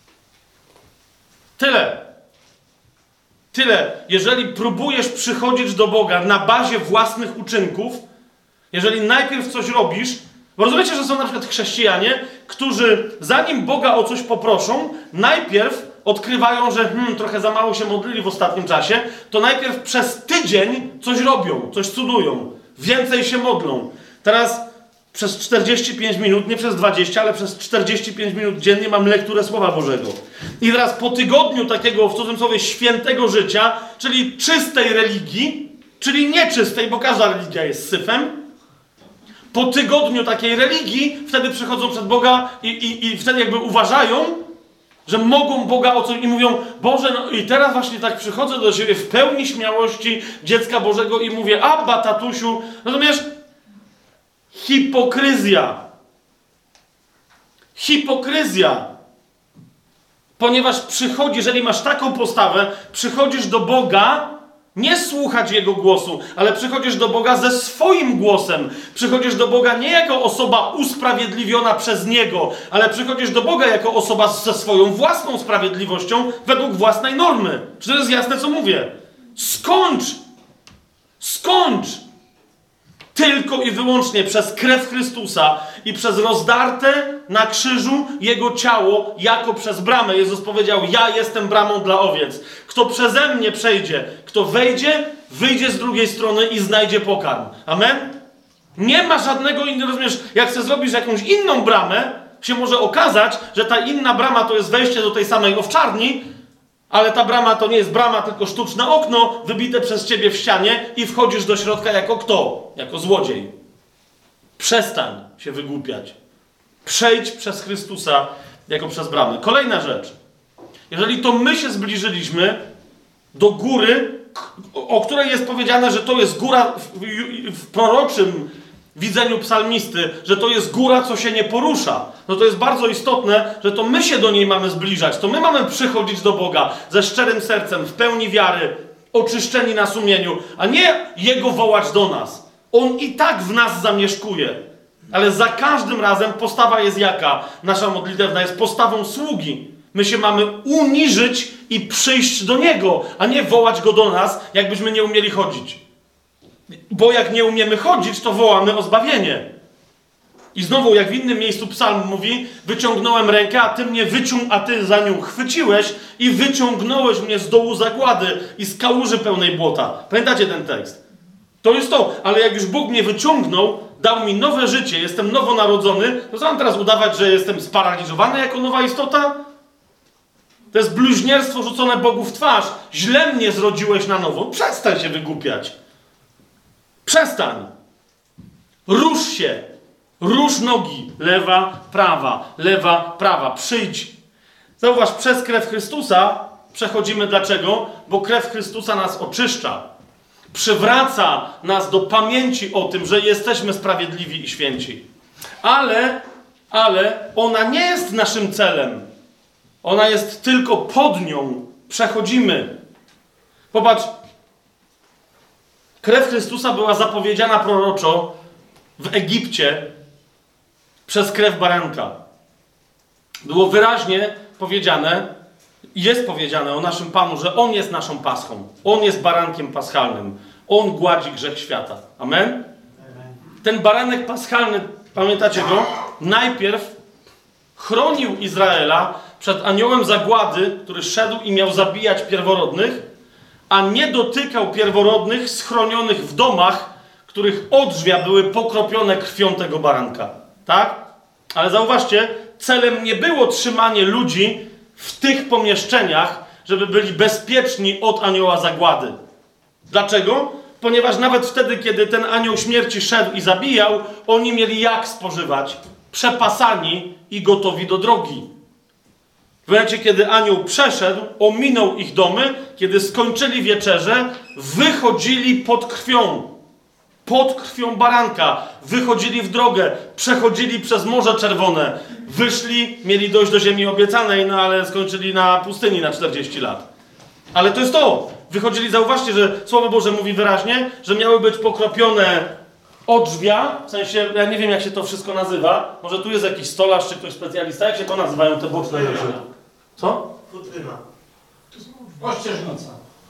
Tyle. Tyle. Jeżeli próbujesz przychodzić do Boga na bazie własnych uczynków, jeżeli najpierw coś robisz, bo rozumiecie, że są na przykład chrześcijanie, którzy zanim Boga o coś poproszą, najpierw odkrywają, że hmm, trochę za mało się modlili w ostatnim czasie, to najpierw przez tydzień coś robią, coś cudują, więcej się modlą. Teraz przez czterdzieści pięć minut, nie przez dwadzieścia, ale przez czterdzieści pięć minut dziennie mam lekturę Słowa Bożego. I teraz po tygodniu takiego, w cudzysłowie, świętego życia, czyli czystej religii, czyli nieczystej, bo każda religia jest syfem, po tygodniu takiej religii, wtedy przychodzą przed Boga i, i, i wtedy jakby uważają, że mogą Boga o coś i mówią, Boże, no i teraz właśnie tak przychodzę do Ciebie w pełni śmiałości dziecka Bożego i mówię, Abba, tatusiu, rozumiesz? Hipokryzja. Hipokryzja. Ponieważ przychodzi, jeżeli masz taką postawę, przychodzisz do Boga, nie słuchać Jego głosu, ale przychodzisz do Boga ze swoim głosem. Przychodzisz do Boga nie jako osoba usprawiedliwiona przez Niego, ale przychodzisz do Boga jako osoba ze swoją własną sprawiedliwością według własnej normy. Czy to jest jasne, co mówię? Skończ! Skończ! Tylko i wyłącznie przez krew Chrystusa i przez rozdarte na krzyżu Jego ciało jako przez bramę. Jezus powiedział, ja jestem bramą dla owiec. Kto przeze mnie przejdzie, kto wejdzie, wyjdzie z drugiej strony i znajdzie pokarm. Amen? Nie ma żadnego innego, rozumiesz, jak chcesz zrobić jakąś inną bramę, się może okazać, że ta inna brama to jest wejście do tej samej owczarni, ale ta brama to nie jest brama, tylko sztuczne okno wybite przez ciebie w ścianie i wchodzisz do środka jako kto? Jako złodziej. Przestań się wygłupiać. Przejdź przez Chrystusa jako przez bramę. Kolejna rzecz. Jeżeli to my się zbliżyliśmy do góry, o której jest powiedziane, że to jest góra w, w proroczym widzeniu psalmisty, że to jest góra, co się nie porusza. No to jest bardzo istotne, że to my się do niej mamy zbliżać. To my mamy przychodzić do Boga ze szczerym sercem, w pełni wiary, oczyszczeni na sumieniu, a nie Jego wołać do nas. On i tak w nas zamieszkuje. Ale za każdym razem postawa jest jaka? Nasza modlitewna jest postawą sługi. My się mamy uniżyć i przyjść do Niego, a nie wołać Go do nas, jakbyśmy nie umieli chodzić. Bo jak nie umiemy chodzić, to wołamy o zbawienie. I znowu, jak w innym miejscu psalm mówi, wyciągnąłem rękę, a ty mnie wyciąg, a ty za nią chwyciłeś i wyciągnąłeś mnie z dołu zagłady i z kałuży pełnej błota. Pamiętacie ten tekst? To jest to, ale jak już Bóg mnie wyciągnął, dał mi nowe życie, jestem nowonarodzony, to co mam teraz udawać, że jestem sparaliżowany jako nowa istota? To jest bluźnierstwo rzucone Bogu w twarz. Źle mnie zrodziłeś na nowo. Przestań się wygłupiać. Przestań. Rusz się. Rusz nogi. Lewa, prawa. Lewa, prawa. Przyjdź. Zauważ, przez krew Chrystusa przechodzimy. Dlaczego? Bo krew Chrystusa nas oczyszcza. Przywraca nas do pamięci o tym, że jesteśmy sprawiedliwi i święci. Ale, ale ona nie jest naszym celem. Ona jest tylko pod nią. Przechodzimy. Popatrz, krew Chrystusa była zapowiedziana proroczo w Egipcie przez krew baranka. Było wyraźnie powiedziane, jest powiedziane o naszym Panu, że On jest naszą paschą. On jest barankiem paschalnym. On gładzi grzech świata. Amen? Ten baranek paschalny, pamiętacie go? Najpierw chronił Izraela przed aniołem zagłady, który szedł i miał zabijać pierworodnych, a nie dotykał pierworodnych schronionych w domach, których odrzwia były pokropione krwią tego baranka. Tak? Ale zauważcie, celem nie było trzymanie ludzi w tych pomieszczeniach, żeby byli bezpieczni od anioła zagłady. Dlaczego? Ponieważ nawet wtedy, kiedy ten anioł śmierci szedł i zabijał, oni mieli jak spożywać? Przepasani i gotowi do drogi. W momencie, kiedy anioł przeszedł, ominął ich domy, kiedy skończyli wieczerzę, wychodzili pod krwią. Pod krwią baranka. Wychodzili w drogę, przechodzili przez Morze Czerwone, wyszli, mieli dojść do ziemi obiecanej, no ale skończyli na pustyni na czterdzieści lat. Ale to jest to. Wychodzili, zauważcie, że Słowo Boże mówi wyraźnie, że miały być pokropione odrzwia, w sensie, ja nie wiem jak się to wszystko nazywa, może tu jest jakiś stolarz czy ktoś specjalista, jak się to nazywają te boczne rzeczy? Co? Futryna. Ościeżnica.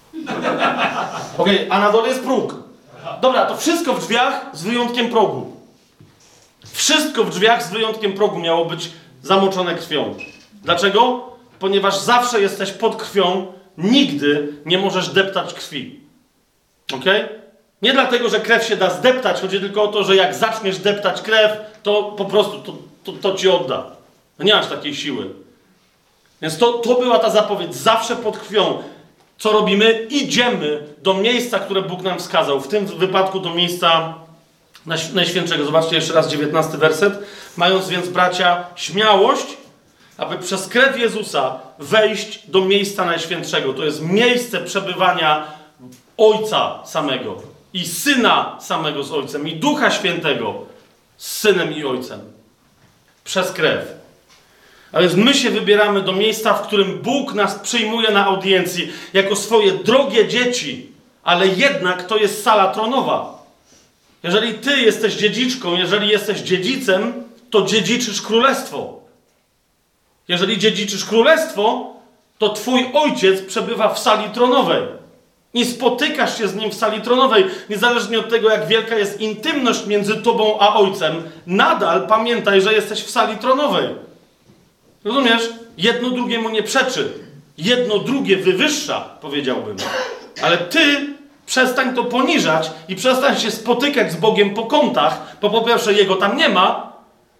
Okej, okay, a na dole jest próg. Dobra, to wszystko w drzwiach z wyjątkiem progu. Wszystko w drzwiach z wyjątkiem progu miało być zamoczone krwią. Dlaczego? Ponieważ zawsze jesteś pod krwią, nigdy nie możesz deptać krwi. Okej? Okay? Nie dlatego, że krew się da zdeptać, chodzi tylko o to, że jak zaczniesz deptać krew, to po prostu to, to, to ci odda. Nie masz takiej siły. Więc to, to była ta zapowiedź. Zawsze pod krwią. Co robimy? Idziemy do miejsca, które Bóg nam wskazał. W tym wypadku do miejsca Najświętszego. Zobaczcie jeszcze raz dziewiętnasty werset. Mając więc, bracia, śmiałość, aby przez krew Jezusa wejść do miejsca Najświętszego. To jest miejsce przebywania Ojca samego i Syna samego z Ojcem i Ducha Świętego z Synem i Ojcem. Przez krew. A więc my się wybieramy do miejsca, w którym Bóg nas przyjmuje na audiencji jako swoje drogie dzieci, ale jednak to jest sala tronowa. Jeżeli ty jesteś dziedziczką, jeżeli jesteś dziedzicem, to dziedziczysz królestwo. Jeżeli dziedziczysz królestwo, to twój ojciec przebywa w sali tronowej. I spotykasz się z nim w sali tronowej, niezależnie od tego, jak wielka jest intymność między tobą a ojcem. Nadal pamiętaj, że jesteś w sali tronowej. Rozumiesz? Jedno drugiemu nie przeczy. Jedno drugie wywyższa, powiedziałbym. Ale ty przestań to poniżać i przestań się spotykać z Bogiem po kątach, bo po pierwsze Jego tam nie ma,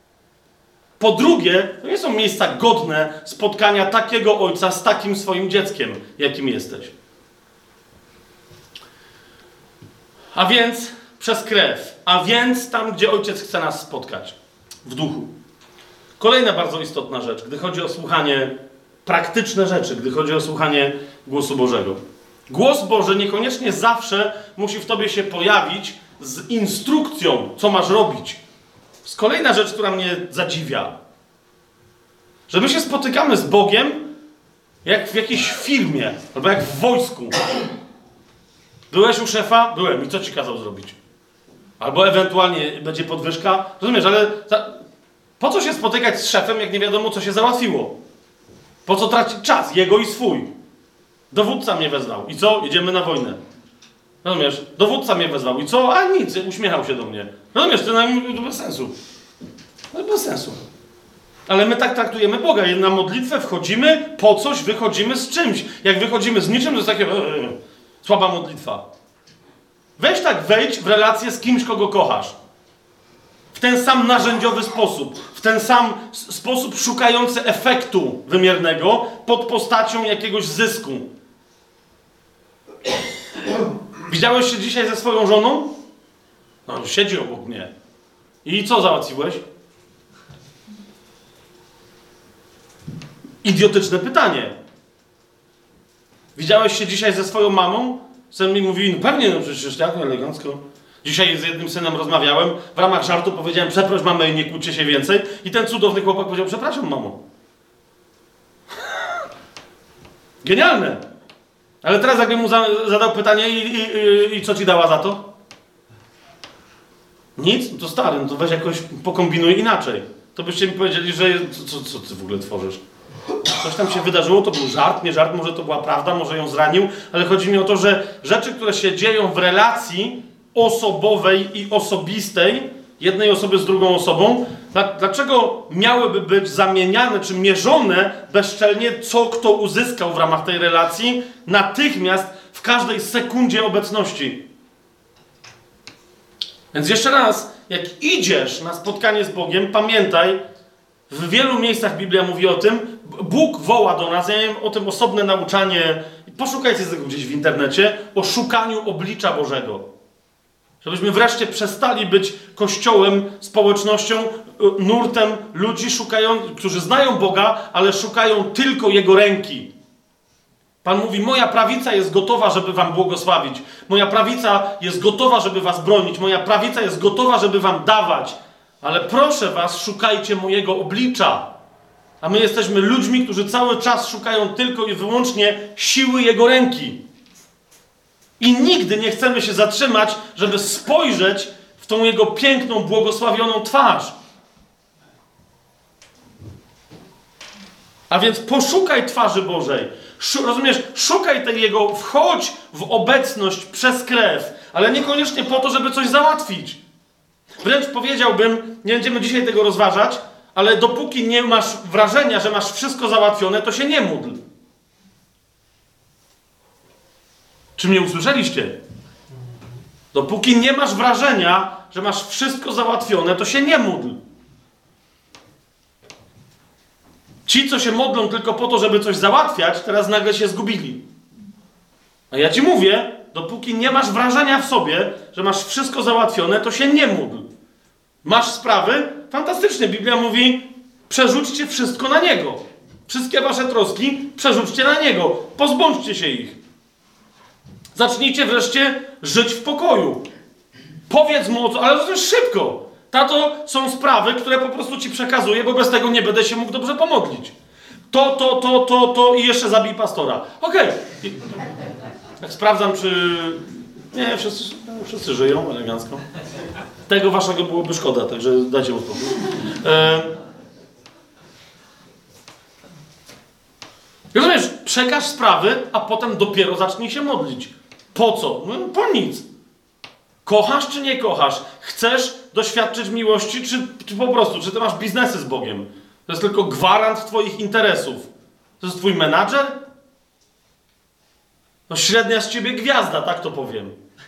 po drugie to nie są miejsca godne spotkania takiego ojca z takim swoim dzieckiem, jakim jesteś. A więc przez krew, a więc tam, gdzie ojciec chce nas spotkać. W duchu. Kolejna bardzo istotna rzecz, gdy chodzi o słuchanie, praktyczne rzeczy, gdy chodzi o słuchanie głosu Bożego. Głos Boży niekoniecznie zawsze musi w tobie się pojawić z instrukcją, co masz robić. To jest kolejna rzecz, która mnie zadziwia. Że my się spotykamy z Bogiem jak w jakiejś firmie, albo jak w wojsku. Byłeś u szefa? Byłem. I co ci kazał zrobić? Albo ewentualnie będzie podwyżka? Rozumiesz, ale za... po co się spotykać z szefem, jak nie wiadomo, co się załatwiło? Po co tracić czas? Jego i swój. Dowódca mnie wezwał. I co? Jedziemy na wojnę. Rozumiesz? Dowódca mnie wezwał. I co? A nic. Uśmiechał się do mnie. Rozumiesz? To bez sensu. To bez sensu. Ale my tak traktujemy Boga. Na modlitwę wchodzimy po coś, wychodzimy z czymś. Jak wychodzimy z niczym, to jest takie ee, słaba modlitwa. Weź tak, wejdź w relację z kimś, kogo kochasz. W ten sam narzędziowy sposób. W ten sam sposób szukający efektu wymiernego pod postacią jakiegoś zysku. Widziałeś się dzisiaj ze swoją żoną? No, siedzi obok mnie. I co załatwiłeś? Idiotyczne pytanie. Widziałeś się dzisiaj ze swoją mamą? Sen mi mówi, no pewnie, no przecież tak, elegancko. Dzisiaj z jednym synem rozmawiałem, w ramach żartu powiedziałem, przeproś mamę i nie kłóćcie się więcej. I ten cudowny chłopak powiedział, przepraszam mamo. Genialne. Ale teraz jakbym mu za, zadał pytanie i, i, i, i co ci dała za to? Nic? No to stary, no to weź jakoś pokombinuj inaczej. To byście mi powiedzieli, że co, co, co ty w ogóle tworzysz? Coś tam się wydarzyło, to był żart, nie żart, może to była prawda, może ją zranił, ale chodzi mi o to, że rzeczy, które się dzieją w relacji osobowej i osobistej, jednej osoby z drugą osobą, dlaczego miałyby być zamieniane czy mierzone bezczelnie, co kto uzyskał w ramach tej relacji, natychmiast w każdej sekundzie obecności? Więc jeszcze raz, jak idziesz na spotkanie z Bogiem, pamiętaj, w wielu miejscach Biblia mówi o tym, Bóg woła do nas, ja miałem o tym osobne nauczanie, poszukajcie tego gdzieś w internecie, o szukaniu oblicza Bożego. Żebyśmy wreszcie przestali być kościołem, społecznością, nurtem ludzi, szukają, którzy znają Boga, ale szukają tylko Jego ręki. Pan mówi, moja prawica jest gotowa, żeby wam błogosławić. Moja prawica jest gotowa, żeby was bronić. Moja prawica jest gotowa, żeby wam dawać. Ale proszę was, szukajcie mojego oblicza. A my jesteśmy ludźmi, którzy cały czas szukają tylko i wyłącznie siły Jego ręki. I nigdy nie chcemy się zatrzymać, żeby spojrzeć w tą Jego piękną, błogosławioną twarz. A więc poszukaj twarzy Bożej. Rozumiesz? Szukaj tej Jego, wchodź w obecność przez krew, ale niekoniecznie po to, żeby coś załatwić. Wręcz powiedziałbym, nie będziemy dzisiaj tego rozważać, ale dopóki nie masz wrażenia, że masz wszystko załatwione, to się nie módl. Czy mnie usłyszeliście? Dopóki nie masz wrażenia, że masz wszystko załatwione, to się nie módl. Ci, co się modlą tylko po to, żeby coś załatwiać, teraz nagle się zgubili. A ja ci mówię, dopóki nie masz wrażenia w sobie, że masz wszystko załatwione, to się nie módl. Masz sprawy? Fantastycznie. Biblia mówi, przerzućcie wszystko na Niego. Wszystkie wasze troski przerzućcie na Niego. Pozbądźcie się ich. Zacznijcie wreszcie żyć w pokoju. Powiedz mu o co, ale to jest szybko. Tato, są sprawy, które po prostu ci przekazuję, bo bez tego nie będę się mógł dobrze pomodlić. To, to, to, to, to i jeszcze zabij pastora. Okej. Okay. Tak sprawdzam, czy... Nie, wszyscy, wszyscy żyją elegancko. Tego waszego byłoby szkoda, także dajcie mu spokój. E... Rozumiesz? Przekaż sprawy, a potem dopiero zacznij się modlić. Po co? No, po nic. Kochasz czy nie kochasz? Chcesz doświadczyć miłości, czy, czy po prostu, czy ty masz biznesy z Bogiem? To jest tylko gwarant twoich interesów. To jest twój menadżer? No średnia z ciebie gwiazda, tak to powiem.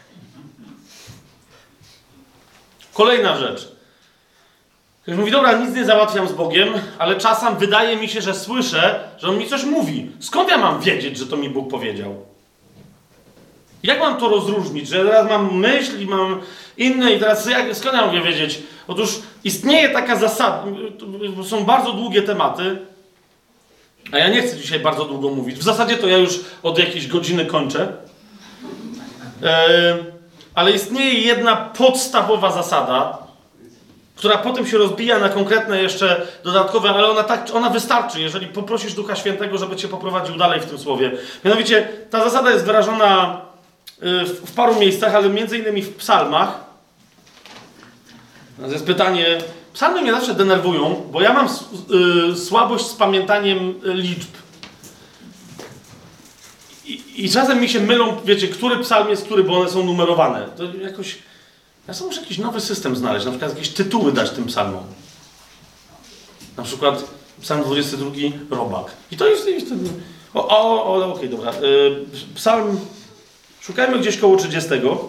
Kolejna rzecz. Ktoś mówi, dobra, nic nie załatwiam z Bogiem, ale czasem wydaje mi się, że słyszę, że On mi coś mówi. Skąd ja mam wiedzieć, że to mi Bóg powiedział? Jak mam to rozróżnić? Że teraz mam myśl i mam inne i teraz jak, skąd ja mogę wiedzieć? Otóż istnieje taka zasada, są bardzo długie tematy, a ja nie chcę dzisiaj bardzo długo mówić. W zasadzie to ja już od jakiejś godziny kończę. E, ale istnieje jedna podstawowa zasada, która potem się rozbija na konkretne jeszcze dodatkowe, ale ona, tak, ona wystarczy, jeżeli poprosisz Ducha Świętego, żeby cię poprowadził dalej w tym słowie. Mianowicie ta zasada jest wyrażona w, w paru miejscach, ale między innymi w psalmach. To jest pytanie... Psalmy mnie zawsze denerwują, bo ja mam y, słabość z pamiętaniem liczb. I, I czasem mi się mylą, wiecie, który psalm jest który, bo one są numerowane. To jakoś... Ja sobie muszę jakiś nowy system znaleźć, na przykład jakieś tytuły dać tym psalmom. Na przykład psalm dwudziesty drugi, robak. I to jest... O, o, o okej, okay, dobra. Y, psalm... Szukajmy gdzieś koło trzydziestego.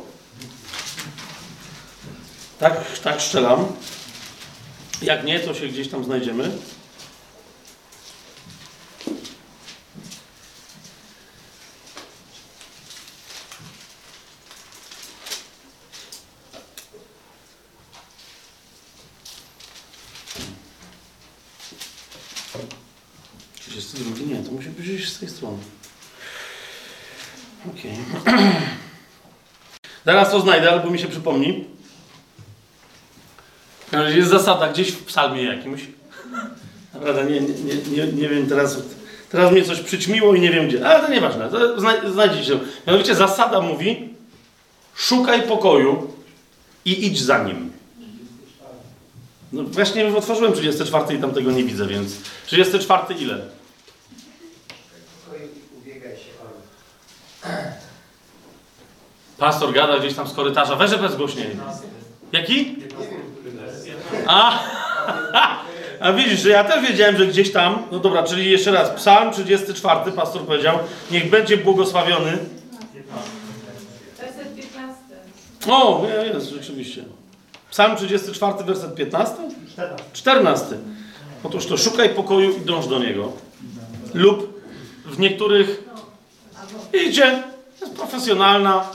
Tak, tak strzelam. Jak nie, to się gdzieś tam znajdziemy. trzydziesty drugi? Nie, to musi być z tej strony. Okej. Okay. Zaraz to znajdę, albo mi się przypomni. Jest zasada gdzieś w psalmie jakimś. Naprawdę, nie, nie, nie, nie wiem teraz Teraz mnie coś przyćmiło i nie wiem gdzie. Ale to nieważne, to zna, znajdziecie się. Mianowicie zasada mówi, szukaj pokoju i idź za nim. No właśnie otworzyłem trzydziesty czwarty i tam tego nie widzę, więc trzydziesty czwarty ile? Pastor gada gdzieś tam z korytarza. Weź bez głośniej. Jaki? A, a widzisz, że ja też wiedziałem, że gdzieś tam. No dobra, czyli jeszcze raz. Psalm trzydziesty czwarty, pastor powiedział. Niech będzie błogosławiony. Werset piętnasty. O, jest, rzeczywiście. Psalm trzydziesty czwarty, werset piętnasty? czternasty. Otóż to szukaj pokoju i dąż do niego. Lub w niektórych idzie, jest profesjonalna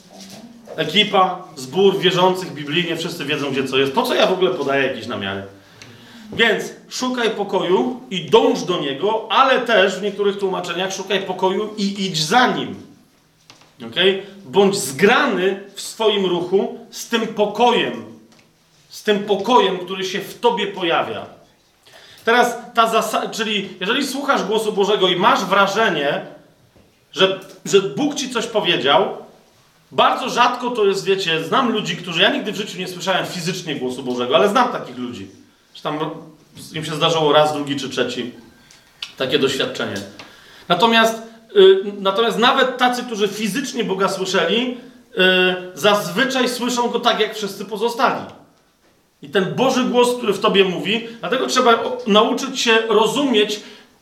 ekipa, zbór wierzących biblijnie, wszyscy wiedzą gdzie co jest. Po co ja w ogóle podaję jakieś namiary? Więc szukaj pokoju i dąż do niego, ale też w niektórych tłumaczeniach szukaj pokoju i idź za nim. Okay? Bądź zgrany w swoim ruchu z tym pokojem. Z tym pokojem, który się w tobie pojawia. Teraz ta zasada, czyli jeżeli słuchasz głosu Bożego i masz wrażenie, że, że Bóg ci coś powiedział, bardzo rzadko to jest, wiecie, znam ludzi, którzy, ja nigdy w życiu nie słyszałem fizycznie głosu Bożego, ale znam takich ludzi. Że tam im się zdarzyło raz, drugi czy trzeci takie doświadczenie. Natomiast, yy, natomiast nawet tacy, którzy fizycznie Boga słyszeli, yy, zazwyczaj słyszą Go tak, jak wszyscy pozostali. I ten Boży głos, który w tobie mówi, dlatego trzeba nauczyć się rozumieć,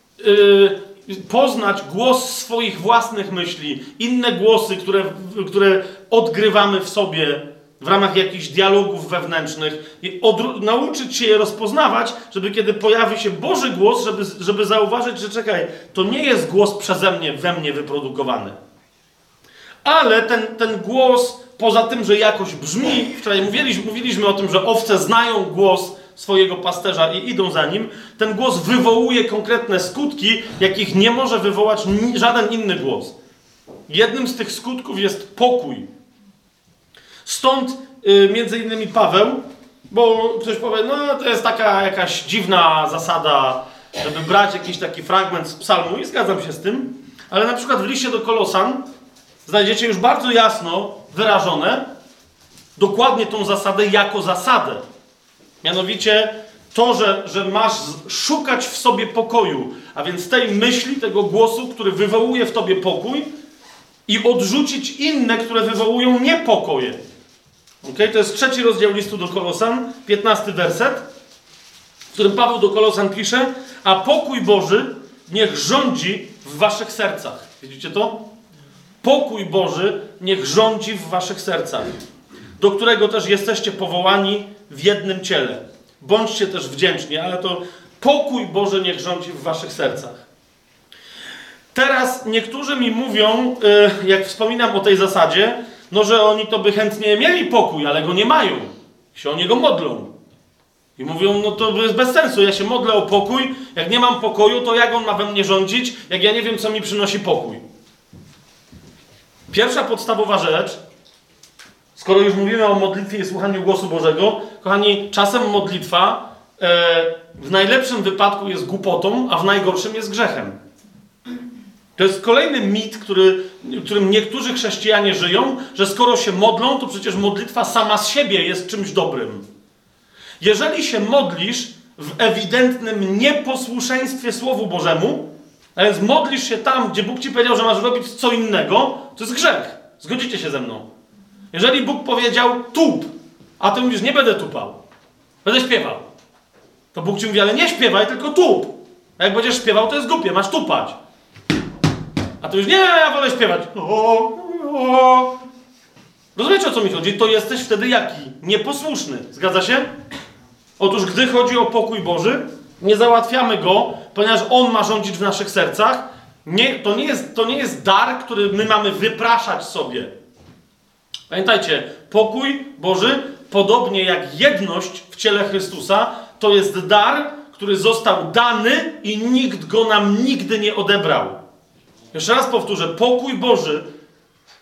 yy, poznać głos swoich własnych myśli, inne głosy, które, które odgrywamy w sobie w ramach jakichś dialogów wewnętrznych i odru- nauczyć się je rozpoznawać, żeby kiedy pojawi się Boży głos, żeby, żeby zauważyć, że czekaj, to nie jest głos przeze mnie, we mnie wyprodukowany. Ale ten, ten głos, poza tym, że jakoś brzmi, wczoraj mówiliśmy, mówiliśmy o tym, że owce znają głos swojego pasterza i idą za nim, ten głos wywołuje konkretne skutki, jakich nie może wywołać ni- żaden inny głos. Jednym z tych skutków jest pokój. Stąd yy, między innymi Paweł, bo ktoś powie, no to jest taka jakaś dziwna zasada, żeby brać jakiś taki fragment z psalmu i zgadzam się z tym, ale na przykład w liście do Kolosan znajdziecie już bardzo jasno wyrażone dokładnie tą zasadę jako zasadę. Mianowicie to, że, że masz szukać w sobie pokoju, a więc tej myśli, tego głosu, który wywołuje w tobie pokój i odrzucić inne, które wywołują niepokoje. Okay? To jest trzeci rozdział listu do Kolosan, piętnasty werset, w którym Paweł do Kolosan pisze, a pokój Boży niech rządzi w waszych sercach. Widzicie to? Pokój Boży niech rządzi w waszych sercach, do którego też jesteście powołani w jednym ciele. Bądźcie też wdzięczni, ale to pokój Boży niech rządzi w waszych sercach. Teraz niektórzy mi mówią, jak wspominam o tej zasadzie, no że oni to by chętnie mieli pokój, ale go nie mają. Się o niego modlą. I mówią, no to jest bez sensu, ja się modlę o pokój, jak nie mam pokoju, to jak on ma we mnie rządzić, jak ja nie wiem, co mi przynosi pokój. Pierwsza podstawowa rzecz, skoro już mówimy o modlitwie i słuchaniu głosu Bożego, kochani, czasem modlitwa e, w najlepszym wypadku jest głupotą, a w najgorszym jest grzechem. To jest kolejny mit, który, którym niektórzy chrześcijanie żyją, że skoro się modlą, to przecież modlitwa sama z siebie jest czymś dobrym. Jeżeli się modlisz w ewidentnym nieposłuszeństwie Słowu Bożemu, a więc modlisz się tam, gdzie Bóg ci powiedział, że masz robić co innego, to jest grzech. Zgodzicie się ze mną. Jeżeli Bóg powiedział tup, a ty mówisz, nie będę tupał, będę śpiewał, to Bóg ci mówi, ale nie śpiewaj, tylko tup. A jak będziesz śpiewał, to jest głupie, masz tupać. A ty już, nie, ja wolę śpiewać. O, o. Rozumiecie, o co mi chodzi? To jesteś wtedy jaki? Nieposłuszny. Zgadza się? Otóż, gdy chodzi o pokój Boży, nie załatwiamy go, ponieważ On ma rządzić w naszych sercach. Nie, to, nie jest, to nie jest dar, który my mamy wypraszać sobie. Pamiętajcie, pokój Boży, podobnie jak jedność w ciele Chrystusa, to jest dar, który został dany i nikt go nam nigdy nie odebrał. Jeszcze raz powtórzę, pokój Boży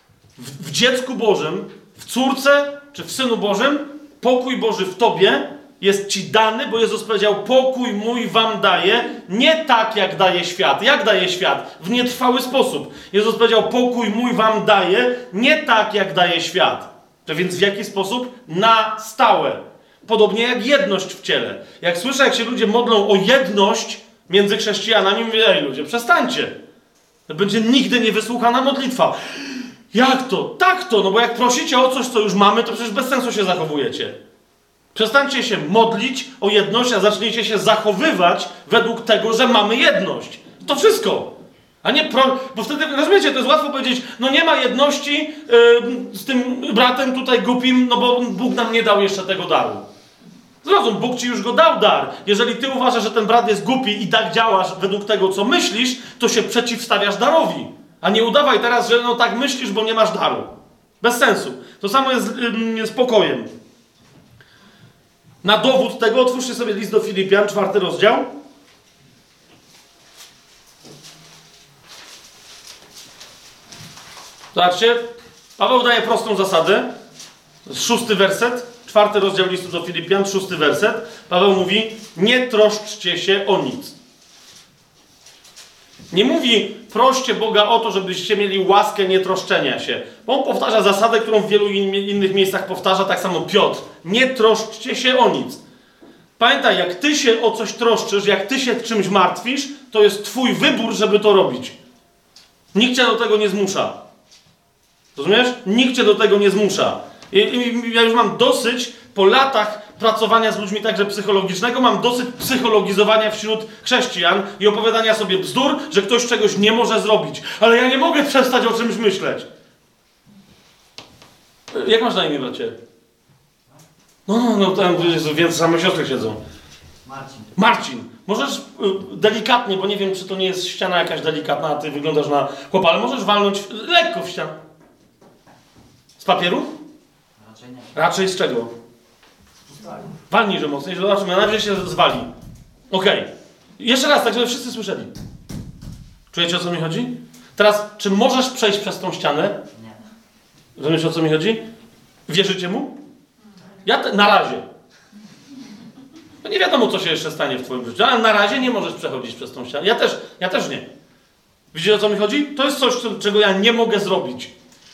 w, w dziecku Bożym, w córce czy w Synu Bożym, pokój Boży w tobie jest ci dany, bo Jezus powiedział, pokój mój wam daję, nie tak jak daje świat. Jak daje świat? W nietrwały sposób. Jezus powiedział, pokój mój wam daję, nie tak jak daje świat. To więc w jaki sposób? Na stałe. Podobnie jak jedność w ciele. Jak słyszę, jak się ludzie modlą o jedność między chrześcijanami, mówię, ej ludzie, przestańcie. To będzie nigdy niewysłuchana modlitwa. Jak to? Tak to, no bo jak prosicie o coś, co już mamy, to przecież bez sensu się zachowujecie. Przestańcie się modlić o jedność, a zacznijcie się zachowywać według tego, że mamy jedność. To wszystko. A nie pro... Bo wtedy, rozumiecie, to jest łatwo powiedzieć, no nie ma jedności yy, z tym bratem tutaj głupim, no bo Bóg nam nie dał jeszcze tego daru. Zrozum, Bóg ci już go dał dar. Jeżeli ty uważasz, że ten brat jest głupi i tak działasz według tego, co myślisz, to się przeciwstawiasz darowi. A nie udawaj teraz, że no tak myślisz, bo nie masz daru. Bez sensu. To samo jest yy, z pokojem. Na dowód tego otwórzcie sobie list do Filipian, czwarty rozdział. Zobaczcie, Paweł daje prostą zasadę. Szósty werset, czwarty rozdział listu do Filipian, szósty werset. Paweł mówi, nie troszczcie się o nic. Nie mówi, proście Boga o to, żebyście mieli łaskę nietroszczenia się. Bo on powtarza zasadę, którą w wielu in, innych miejscach powtarza, tak samo Piotr. Nie troszczcie się o nic. Pamiętaj, jak ty się o coś troszczysz, jak ty się czymś martwisz, to jest twój wybór, żeby to robić. Nikt cię do tego nie zmusza. Rozumiesz? Nikt cię do tego nie zmusza. I, i ja już mam dosyć, po latach pracowania z ludźmi także psychologicznego, mam dosyć psychologizowania wśród chrześcijan i opowiadania sobie bzdur, że ktoś czegoś nie może zrobić. Ale ja nie mogę przestać o czymś myśleć. Jak masz na imię, bracie? No, no, no, tam więc same siostry siedzą. Marcin. Marcin, możesz y, delikatnie, bo nie wiem, czy to nie jest ściana jakaś delikatna, a ty wyglądasz na chłopa, ale możesz walnąć lekko w ścianę. Z papieru? Raczej nie. Raczej z czego? Walnij, że mocniej, że zobaczymy, na razie się zwali. Okej. Okay. Jeszcze raz, tak żeby wszyscy słyszeli. Czujecie, o co mi chodzi? Teraz, czy możesz przejść przez tą ścianę? Nie. Rozumiesz, o co mi chodzi? Wierzycie mu? Ja te, na razie. No nie wiadomo, co się jeszcze stanie w twoim życiu, ale na razie nie możesz przechodzić przez tą ścianę. Ja też, ja też nie. Widzicie, o co mi chodzi? To jest coś, czego ja nie mogę zrobić.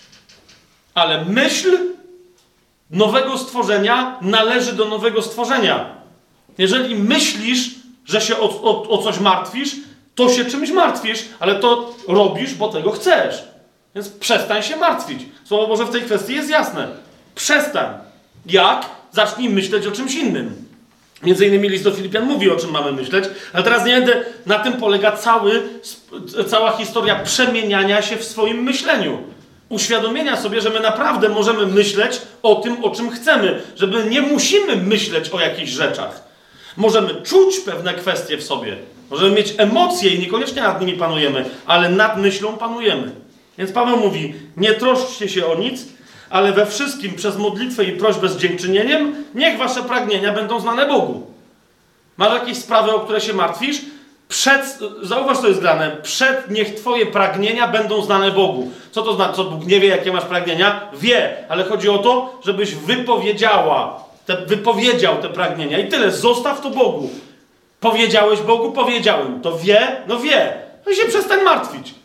Ale myśl nowego stworzenia należy do nowego stworzenia. Jeżeli myślisz, że się o, o, o coś martwisz, to się czymś martwisz, ale to robisz, bo tego chcesz. Więc przestań się martwić. Słowo Boże w tej kwestii jest jasne. Przestań. Jak? Zacznij myśleć o czymś innym. Między innymi list do Filipian mówi, o czym mamy myśleć, ale teraz nie będę, na tym polega cały, cała historia przemieniania się w swoim myśleniu. Uświadomienia sobie, że my naprawdę możemy myśleć o tym, o czym chcemy. Żeby nie musimy myśleć o jakichś rzeczach. Możemy czuć pewne kwestie w sobie. Możemy mieć emocje i niekoniecznie nad nimi panujemy, ale nad myślą panujemy. Więc Paweł mówi, nie troszczcie się o nic, ale we wszystkim przez modlitwę i prośbę z dziękczynieniem niech wasze pragnienia będą znane Bogu. Masz jakieś sprawy, o które się martwisz? Przed, zauważ, co jest grane. Przed niech twoje pragnienia będą znane Bogu. Co to znaczy? Co Bóg nie wie, jakie masz pragnienia? Wie, ale chodzi o to, żebyś wypowiedziała, te, wypowiedział te pragnienia. I tyle, zostaw to Bogu. Powiedziałeś Bogu? Powiedziałem. To wie? No wie. No i się przestań martwić.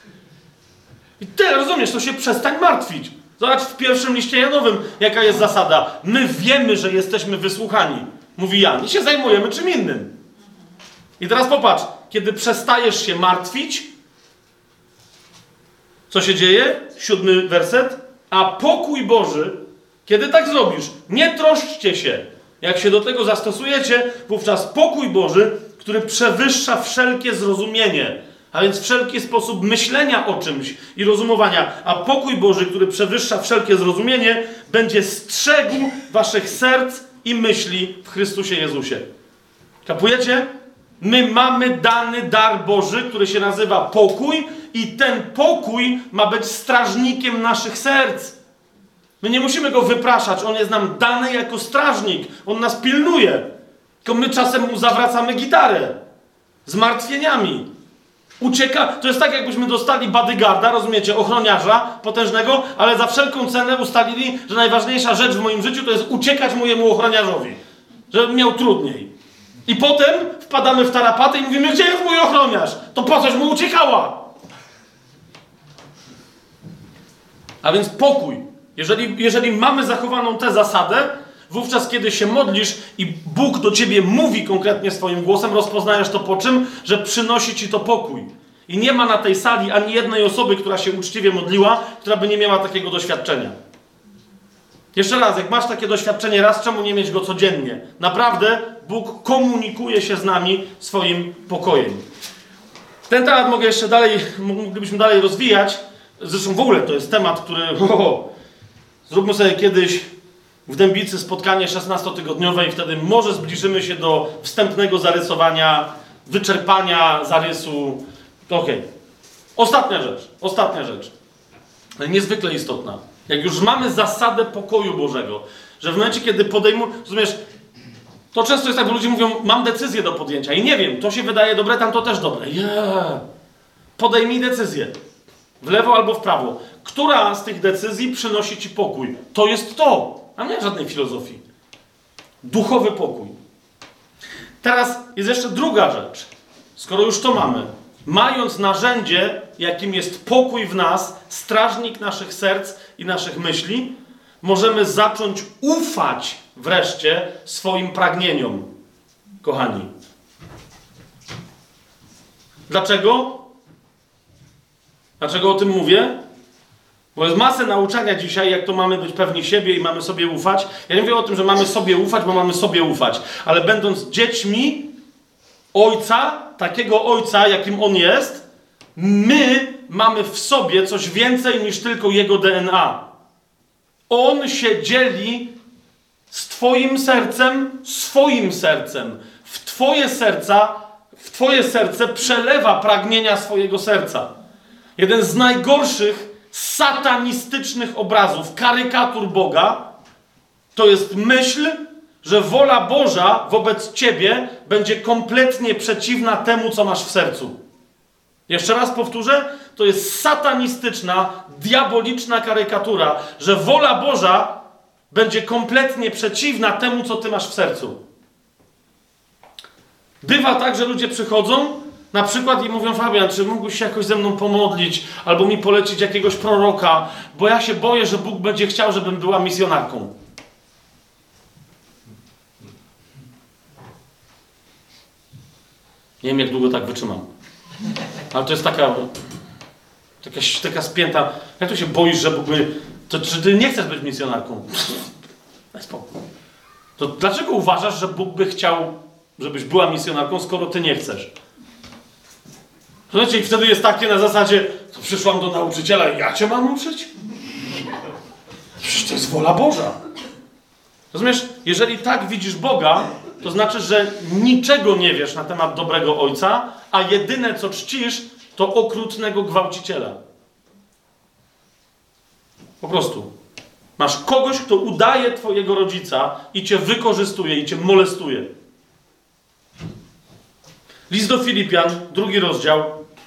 I tyle, rozumiesz? To się przestań martwić. Zobacz w pierwszym liście Janowym, jaka jest zasada. My wiemy, że jesteśmy wysłuchani. Mówi Jan. I się zajmujemy czym innym. I teraz popatrz. Kiedy przestajesz się martwić, co się dzieje? Siódmy werset. A pokój Boży, kiedy tak zrobisz, nie troszczcie się. Jak się do tego zastosujecie, wówczas pokój Boży, który przewyższa wszelkie zrozumienie, a więc wszelki sposób myślenia o czymś i rozumowania, a pokój Boży, który przewyższa wszelkie zrozumienie, będzie strzegł waszych serc i myśli w Chrystusie Jezusie. Kapujecie? My mamy dany dar Boży, który się nazywa pokój i ten pokój ma być strażnikiem naszych serc. My nie musimy go wypraszać, on jest nam dany jako strażnik, on nas pilnuje. Tylko my czasem mu zawracamy gitarę zmartwieniami. Ucieka, to jest tak, jakbyśmy dostali bodyguarda, rozumiecie, ochroniarza potężnego, ale za wszelką cenę ustalili, że najważniejsza rzecz w moim życiu to jest uciekać mojemu ochroniarzowi. żeby miał trudniej. I potem wpadamy w tarapaty i mówimy, gdzie jest mój ochroniarz? To po coś mu uciekała. A więc pokój. Jeżeli, jeżeli mamy zachowaną tę zasadę, wówczas kiedy się modlisz i Bóg do ciebie mówi konkretnie swoim głosem, rozpoznajesz to po czym? Że przynosi ci to pokój. I nie ma na tej sali ani jednej osoby, która się uczciwie modliła, która by nie miała takiego doświadczenia. Jeszcze raz, jak masz takie doświadczenie raz, czemu nie mieć go codziennie? Naprawdę Bóg komunikuje się z nami swoim pokojem. Ten temat mogę jeszcze dalej, moglibyśmy dalej rozwijać. Zresztą w ogóle to jest temat, który... Oh, zróbmy sobie kiedyś w Dębicy spotkanie szesnastotygodniowe i wtedy może zbliżymy się do wstępnego zarysowania, wyczerpania zarysu. Okej. Okay. Ostatnia rzecz. Ostatnia rzecz. Niezwykle istotna. Jak już mamy zasadę pokoju Bożego, że w momencie, kiedy podejmujemy... Rozumiesz, to często jest tak, bo ludzie mówią, mam decyzję do podjęcia i nie wiem, to się wydaje dobre, tam to też dobre. Yeah. Podejmij decyzję. W lewo albo w prawo. Która z tych decyzji przynosi ci pokój? To jest to. A nie żadnej filozofii. Duchowy pokój. Teraz jest jeszcze druga rzecz. Skoro już to mamy. Mając narzędzie, jakim jest pokój w nas, strażnik naszych serc i naszych myśli, możemy zacząć ufać wreszcie swoim pragnieniom. Kochani. Dlaczego? Dlaczego o tym mówię? Bo jest masę nauczania dzisiaj, jak to mamy być pewni siebie i mamy sobie ufać. Ja nie mówię o tym, że mamy sobie ufać, bo mamy sobie ufać. Ale będąc dziećmi Ojca, takiego Ojca, jakim On jest, my mamy w sobie coś więcej niż tylko Jego D N A. On się dzieli z Twoim sercem, swoim sercem. W Twoje serca, w Twoje serce przelewa pragnienia swojego serca. Jeden z najgorszych satanistycznych obrazów, karykatur Boga, to jest myśl, że wola Boża wobec ciebie będzie kompletnie przeciwna temu, co masz w sercu. Jeszcze raz powtórzę, to jest satanistyczna, diaboliczna karykatura, że wola Boża będzie kompletnie przeciwna temu, co ty masz w sercu. Bywa tak, że ludzie przychodzą na przykład i mówią, Fabian, czy mógłbyś się jakoś ze mną pomodlić, albo mi polecić jakiegoś proroka, bo ja się boję, że Bóg będzie chciał, żebym była misjonarką. Nie wiem, jak długo tak wytrzymam. Ale to jest taka, taka, taka spięta... Jak tu się boisz, że Bóg by... To, czy ty nie chcesz być misjonarką? Daj spokój. To dlaczego uważasz, że Bóg by chciał, żebyś była misjonarką, skoro ty nie chcesz? Słuchajcie, i wtedy jest takie na zasadzie, to przyszłam do nauczyciela i ja cię mam uczyć? Przecież to jest wola Boża. Rozumiesz? Jeżeli tak widzisz Boga, to znaczy, że niczego nie wiesz na temat dobrego Ojca, a jedyne, co czcisz, to okrutnego gwałciciela. Po prostu. Masz kogoś, kto udaje twojego rodzica i cię wykorzystuje, i cię molestuje. List do Filipian, drugi rozdział.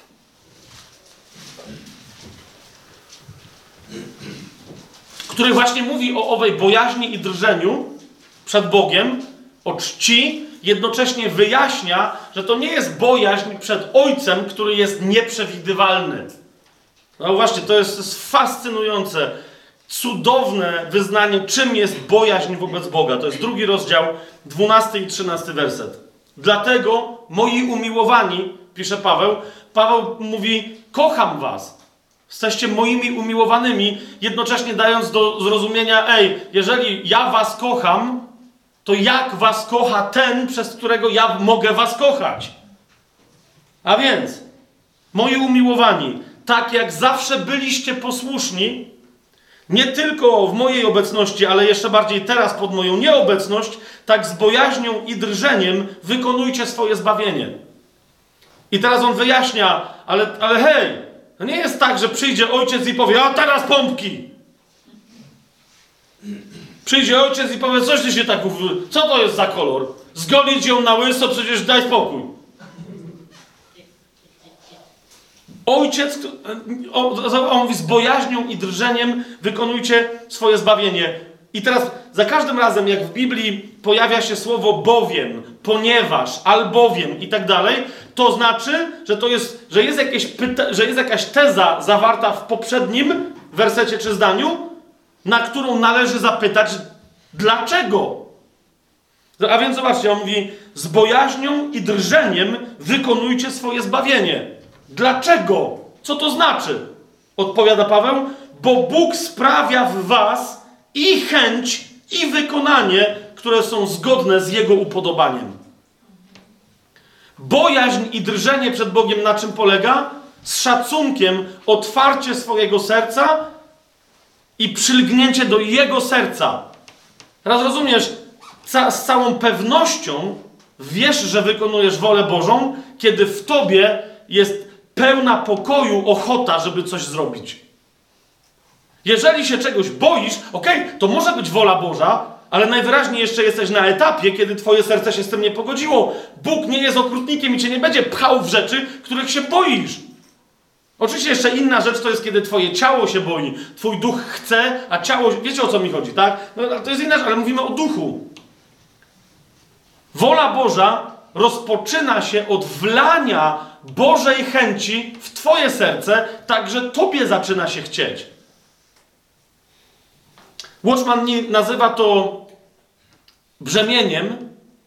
Który właśnie mówi o owej bojaźni i drżeniu przed Bogiem, o czci, jednocześnie wyjaśnia, że to nie jest bojaźń przed Ojcem, który jest nieprzewidywalny. No właśnie, to jest fascynujące, cudowne wyznanie, czym jest bojaźń wobec Boga. To jest drugi rozdział, dwunasty i trzynasty werset. Dlatego, moi umiłowani, pisze Paweł, Paweł mówi, kocham was. Jesteście moimi umiłowanymi, jednocześnie dając do zrozumienia, ej, jeżeli ja was kocham, to jak was kocha ten, przez którego ja mogę was kochać? A więc, moi umiłowani, tak jak zawsze byliście posłuszni, nie tylko w mojej obecności, ale jeszcze bardziej teraz pod moją nieobecność, tak z bojaźnią i drżeniem wykonujcie swoje zbawienie. I teraz on wyjaśnia, ale, ale hej, to nie jest tak, że przyjdzie ojciec i powie, a teraz pompki. Przyjdzie ojciec i powie, coś ty się tak... Co to jest za kolor? Zgolić ją na łyso, przecież daj spokój. Ojciec, on mówi, z bojaźnią i drżeniem wykonujcie swoje zbawienie. I teraz za każdym razem, jak w Biblii pojawia się słowo bowiem, ponieważ, albowiem i tak dalej, to znaczy, że to jest, że jest, jakieś pyta- że jest jakaś teza zawarta w poprzednim wersecie czy zdaniu, na którą należy zapytać, dlaczego? A więc zobaczcie, on mówi, z bojaźnią i drżeniem wykonujcie swoje zbawienie. Dlaczego? Co to znaczy? Odpowiada Paweł, bo Bóg sprawia w was i chęć, i wykonanie, które są zgodne z Jego upodobaniem. Bojaźń i drżenie przed Bogiem na czym polega? Z szacunkiem otwarcie swojego serca i przylgnięcie do Jego serca. Teraz rozumiesz, ca- z całą pewnością wiesz, że wykonujesz wolę Bożą, kiedy w tobie jest pełna pokoju ochota, żeby coś zrobić. Jeżeli się czegoś boisz, okej, okay, to może być wola Boża, ale najwyraźniej jeszcze jesteś na etapie, kiedy twoje serce się z tym nie pogodziło. Bóg nie jest okrutnikiem i cię nie będzie pchał w rzeczy, których się boisz. Oczywiście jeszcze inna rzecz to jest, kiedy twoje ciało się boi, twój duch chce, a ciało... Wiecie, o co mi chodzi, tak? No, to jest inna rzecz, ale mówimy o duchu. Wola Boża rozpoczyna się od wlania Bożej chęci w twoje serce, tak że tobie zaczyna się chcieć. Watchman nie nazywa to brzemieniem,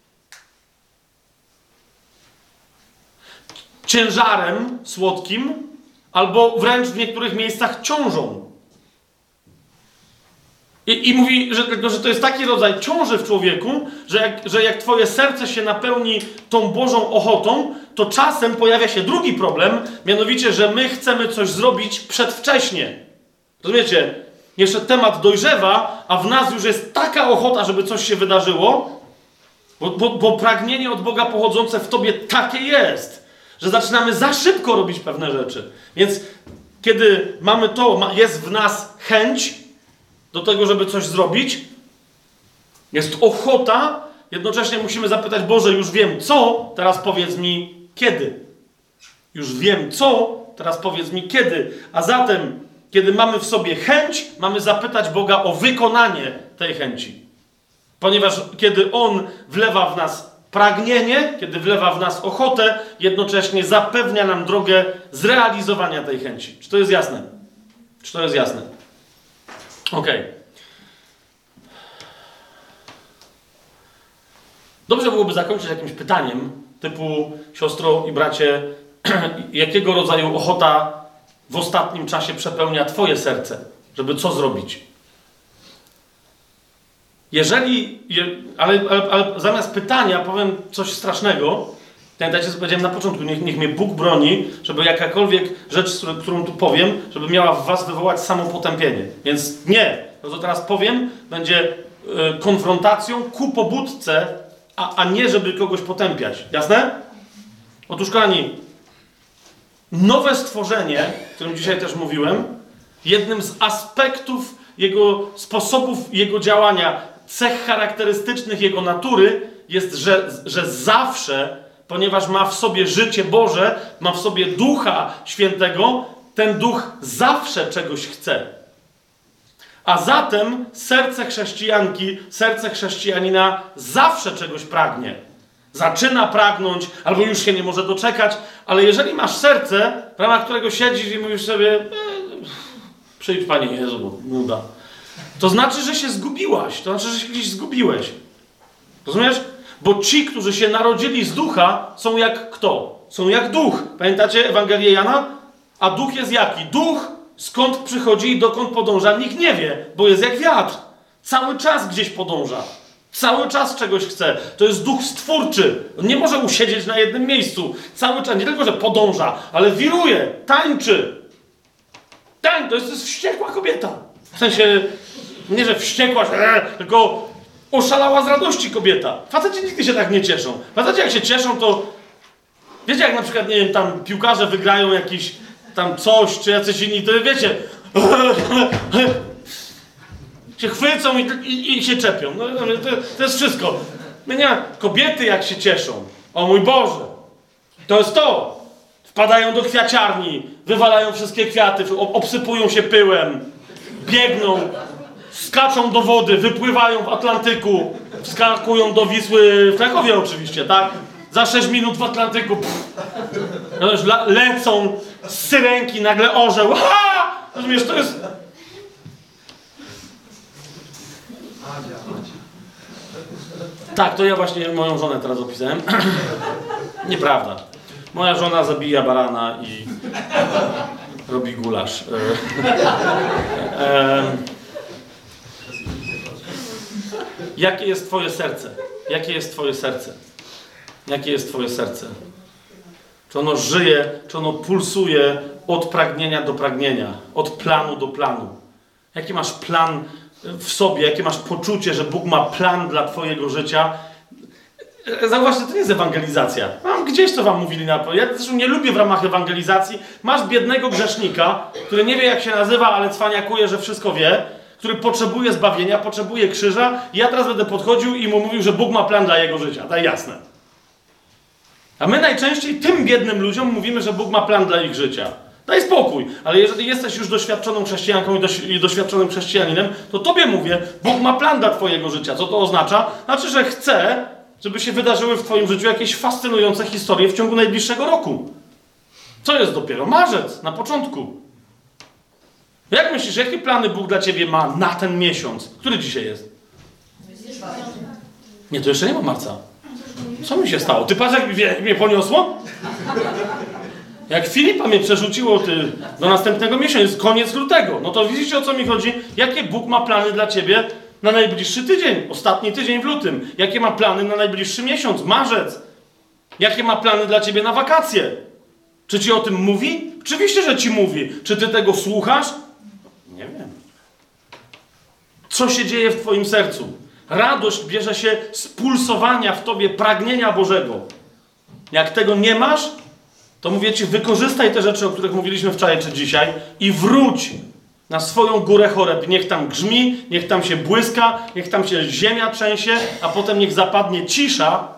ciężarem słodkim, albo wręcz w niektórych miejscach ciążą. I, i mówi, że, że to jest taki rodzaj ciąży w człowieku, że jak, że jak twoje serce się napełni tą Bożą ochotą, to czasem pojawia się drugi problem, mianowicie, że my chcemy coś zrobić przedwcześnie. Rozumiecie? Jeszcze temat dojrzewa, a w nas już jest taka ochota, żeby coś się wydarzyło, bo, bo, bo pragnienie od Boga pochodzące w tobie takie jest, że zaczynamy za szybko robić pewne rzeczy. Więc kiedy mamy to, jest w nas chęć do tego, żeby coś zrobić, jest ochota, jednocześnie musimy zapytać, Boże, już wiem co, teraz powiedz mi kiedy. Już wiem co, teraz powiedz mi kiedy. A zatem, kiedy mamy w sobie chęć, mamy zapytać Boga o wykonanie tej chęci. Ponieważ kiedy On wlewa w nas pragnienie, kiedy wlewa w nas ochotę, jednocześnie zapewnia nam drogę zrealizowania tej chęci. Czy to jest jasne? Czy to jest jasne? Okej. Okay. Dobrze byłoby zakończyć jakimś pytaniem typu, siostro i bracie, jakiego rodzaju ochota w ostatnim czasie przepełnia twoje serce, żeby co zrobić? Jeżeli, je, ale, ale, ale zamiast pytania powiem coś strasznego. Pamiętajcie, co powiedziałem na początku, niech, niech mnie Bóg broni, żeby jakakolwiek rzecz, którą tu powiem, żeby miała w was wywołać samopotępienie. Więc nie, to co teraz powiem, będzie y, konfrontacją ku pobudce, a, a nie żeby kogoś potępiać. Jasne? Otóż, kochani, nowe stworzenie, o którym dzisiaj też mówiłem, jednym z aspektów jego sposobów, jego działania, cech charakterystycznych jego natury jest, że, że zawsze, ponieważ ma w sobie życie Boże, ma w sobie Ducha Świętego, ten Duch zawsze czegoś chce. A zatem serce chrześcijanki, serce chrześcijanina zawsze czegoś pragnie. Zaczyna pragnąć, albo już się nie może doczekać, ale jeżeli masz serce, w ramach którego siedzisz i mówisz sobie, e, przyjdź Panie Jezu, bo nuda, to znaczy, że się zgubiłaś, to znaczy, że się gdzieś zgubiłeś. Rozumiesz? Bo ci, którzy się narodzili z Ducha, są jak kto? Są jak Duch. Pamiętacie Ewangelię Jana? A Duch jest jaki? Duch, skąd przychodzi i dokąd podąża, nikt nie wie, bo jest jak wiatr. Cały czas gdzieś podąża. Cały czas czegoś chce. To jest duch stwórczy. On nie może usiedzieć na jednym miejscu. Cały czas, nie tylko, że podąża, ale wiruje, tańczy. Tań, to jest, to jest wściekła kobieta. W sensie, nie, że wściekła, tylko oszalała z radości kobieta. Faceci nigdy się tak nie cieszą. Faceci jak się cieszą, to wiecie, jak na przykład, nie wiem, tam piłkarze wygrają jakiś tam coś, czy jacyś inni, to wiecie, się chwycą i, i, i się czepią. No, to, to jest wszystko. No nie, kobiety jak się cieszą. O mój Boże. To jest to. Wpadają do kwiaciarni, wywalają wszystkie kwiaty, obsypują się pyłem, biegną, skaczą do wody, wypływają w Atlantyku, wskakują do Wisły, w Krakowie oczywiście, tak? Za sześć minut w Atlantyku, pff, no już la, lecą z syrenki, nagle orzeł, ha! Rozumiesz, to jest... Tak, to ja właśnie moją żonę teraz opisałem. Nieprawda. Moja żona zabija barana i robi gulasz. E, e, jakie jest twoje serce? Jakie jest twoje serce? Jakie jest twoje serce? Czy ono żyje, czy ono pulsuje od pragnienia do pragnienia, od planu do planu? Jaki masz plan w sobie, jakie masz poczucie, że Bóg ma plan dla twojego życia? Zauważcie, to nie jest ewangelizacja. Mam gdzieś to wam mówili na... Ja zresztą nie lubię w ramach ewangelizacji. Masz biednego grzesznika, który nie wie jak się nazywa, ale cwaniakuje, że wszystko wie, który potrzebuje zbawienia, potrzebuje krzyża i ja teraz będę podchodził i mu mówił, że Bóg ma plan dla jego życia. Daj jasne. A my najczęściej tym biednym ludziom mówimy, że Bóg ma plan dla ich życia. Daj spokój, ale jeżeli jesteś już doświadczoną chrześcijanką i, doś i doświadczonym chrześcijaninem, to tobie mówię, Bóg ma plan dla twojego życia. Co to oznacza? Znaczy, że chce, żeby się wydarzyły w twoim życiu jakieś fascynujące historie w ciągu najbliższego roku. Co jest dopiero? Marzec, na początku. Jak myślisz, jakie plany Bóg dla ciebie ma na ten miesiąc? Który dzisiaj jest? Nie, to jeszcze nie ma marca. Co mi się stało? Ty patrz, jak mnie, mnie poniosło? Jak Filipa mnie przerzuciło ty, do następnego miesiąca, jest koniec lutego. No to widzicie, o co mi chodzi? Jakie Bóg ma plany dla ciebie na najbliższy tydzień? Ostatni tydzień w lutym. Jakie ma plany na najbliższy miesiąc? Marzec. Jakie ma plany dla ciebie na wakacje? Czy ci o tym mówi? Oczywiście, że ci mówi. Czy ty tego słuchasz? Nie wiem. Co się dzieje w twoim sercu? Radość bierze się z pulsowania w tobie pragnienia Bożego. Jak tego nie masz, to mówię ci, wykorzystaj te rzeczy, o których mówiliśmy wczoraj czy dzisiaj i wróć na swoją górę choreb. Niech tam grzmi, niech tam się błyska, niech tam się ziemia trzęsie, a potem niech zapadnie cisza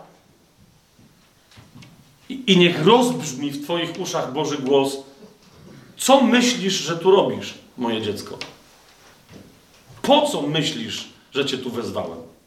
i, i niech rozbrzmi w twoich uszach Boży głos. Co myślisz, że tu robisz, moje dziecko? Po co myślisz, że cię tu wezwałem?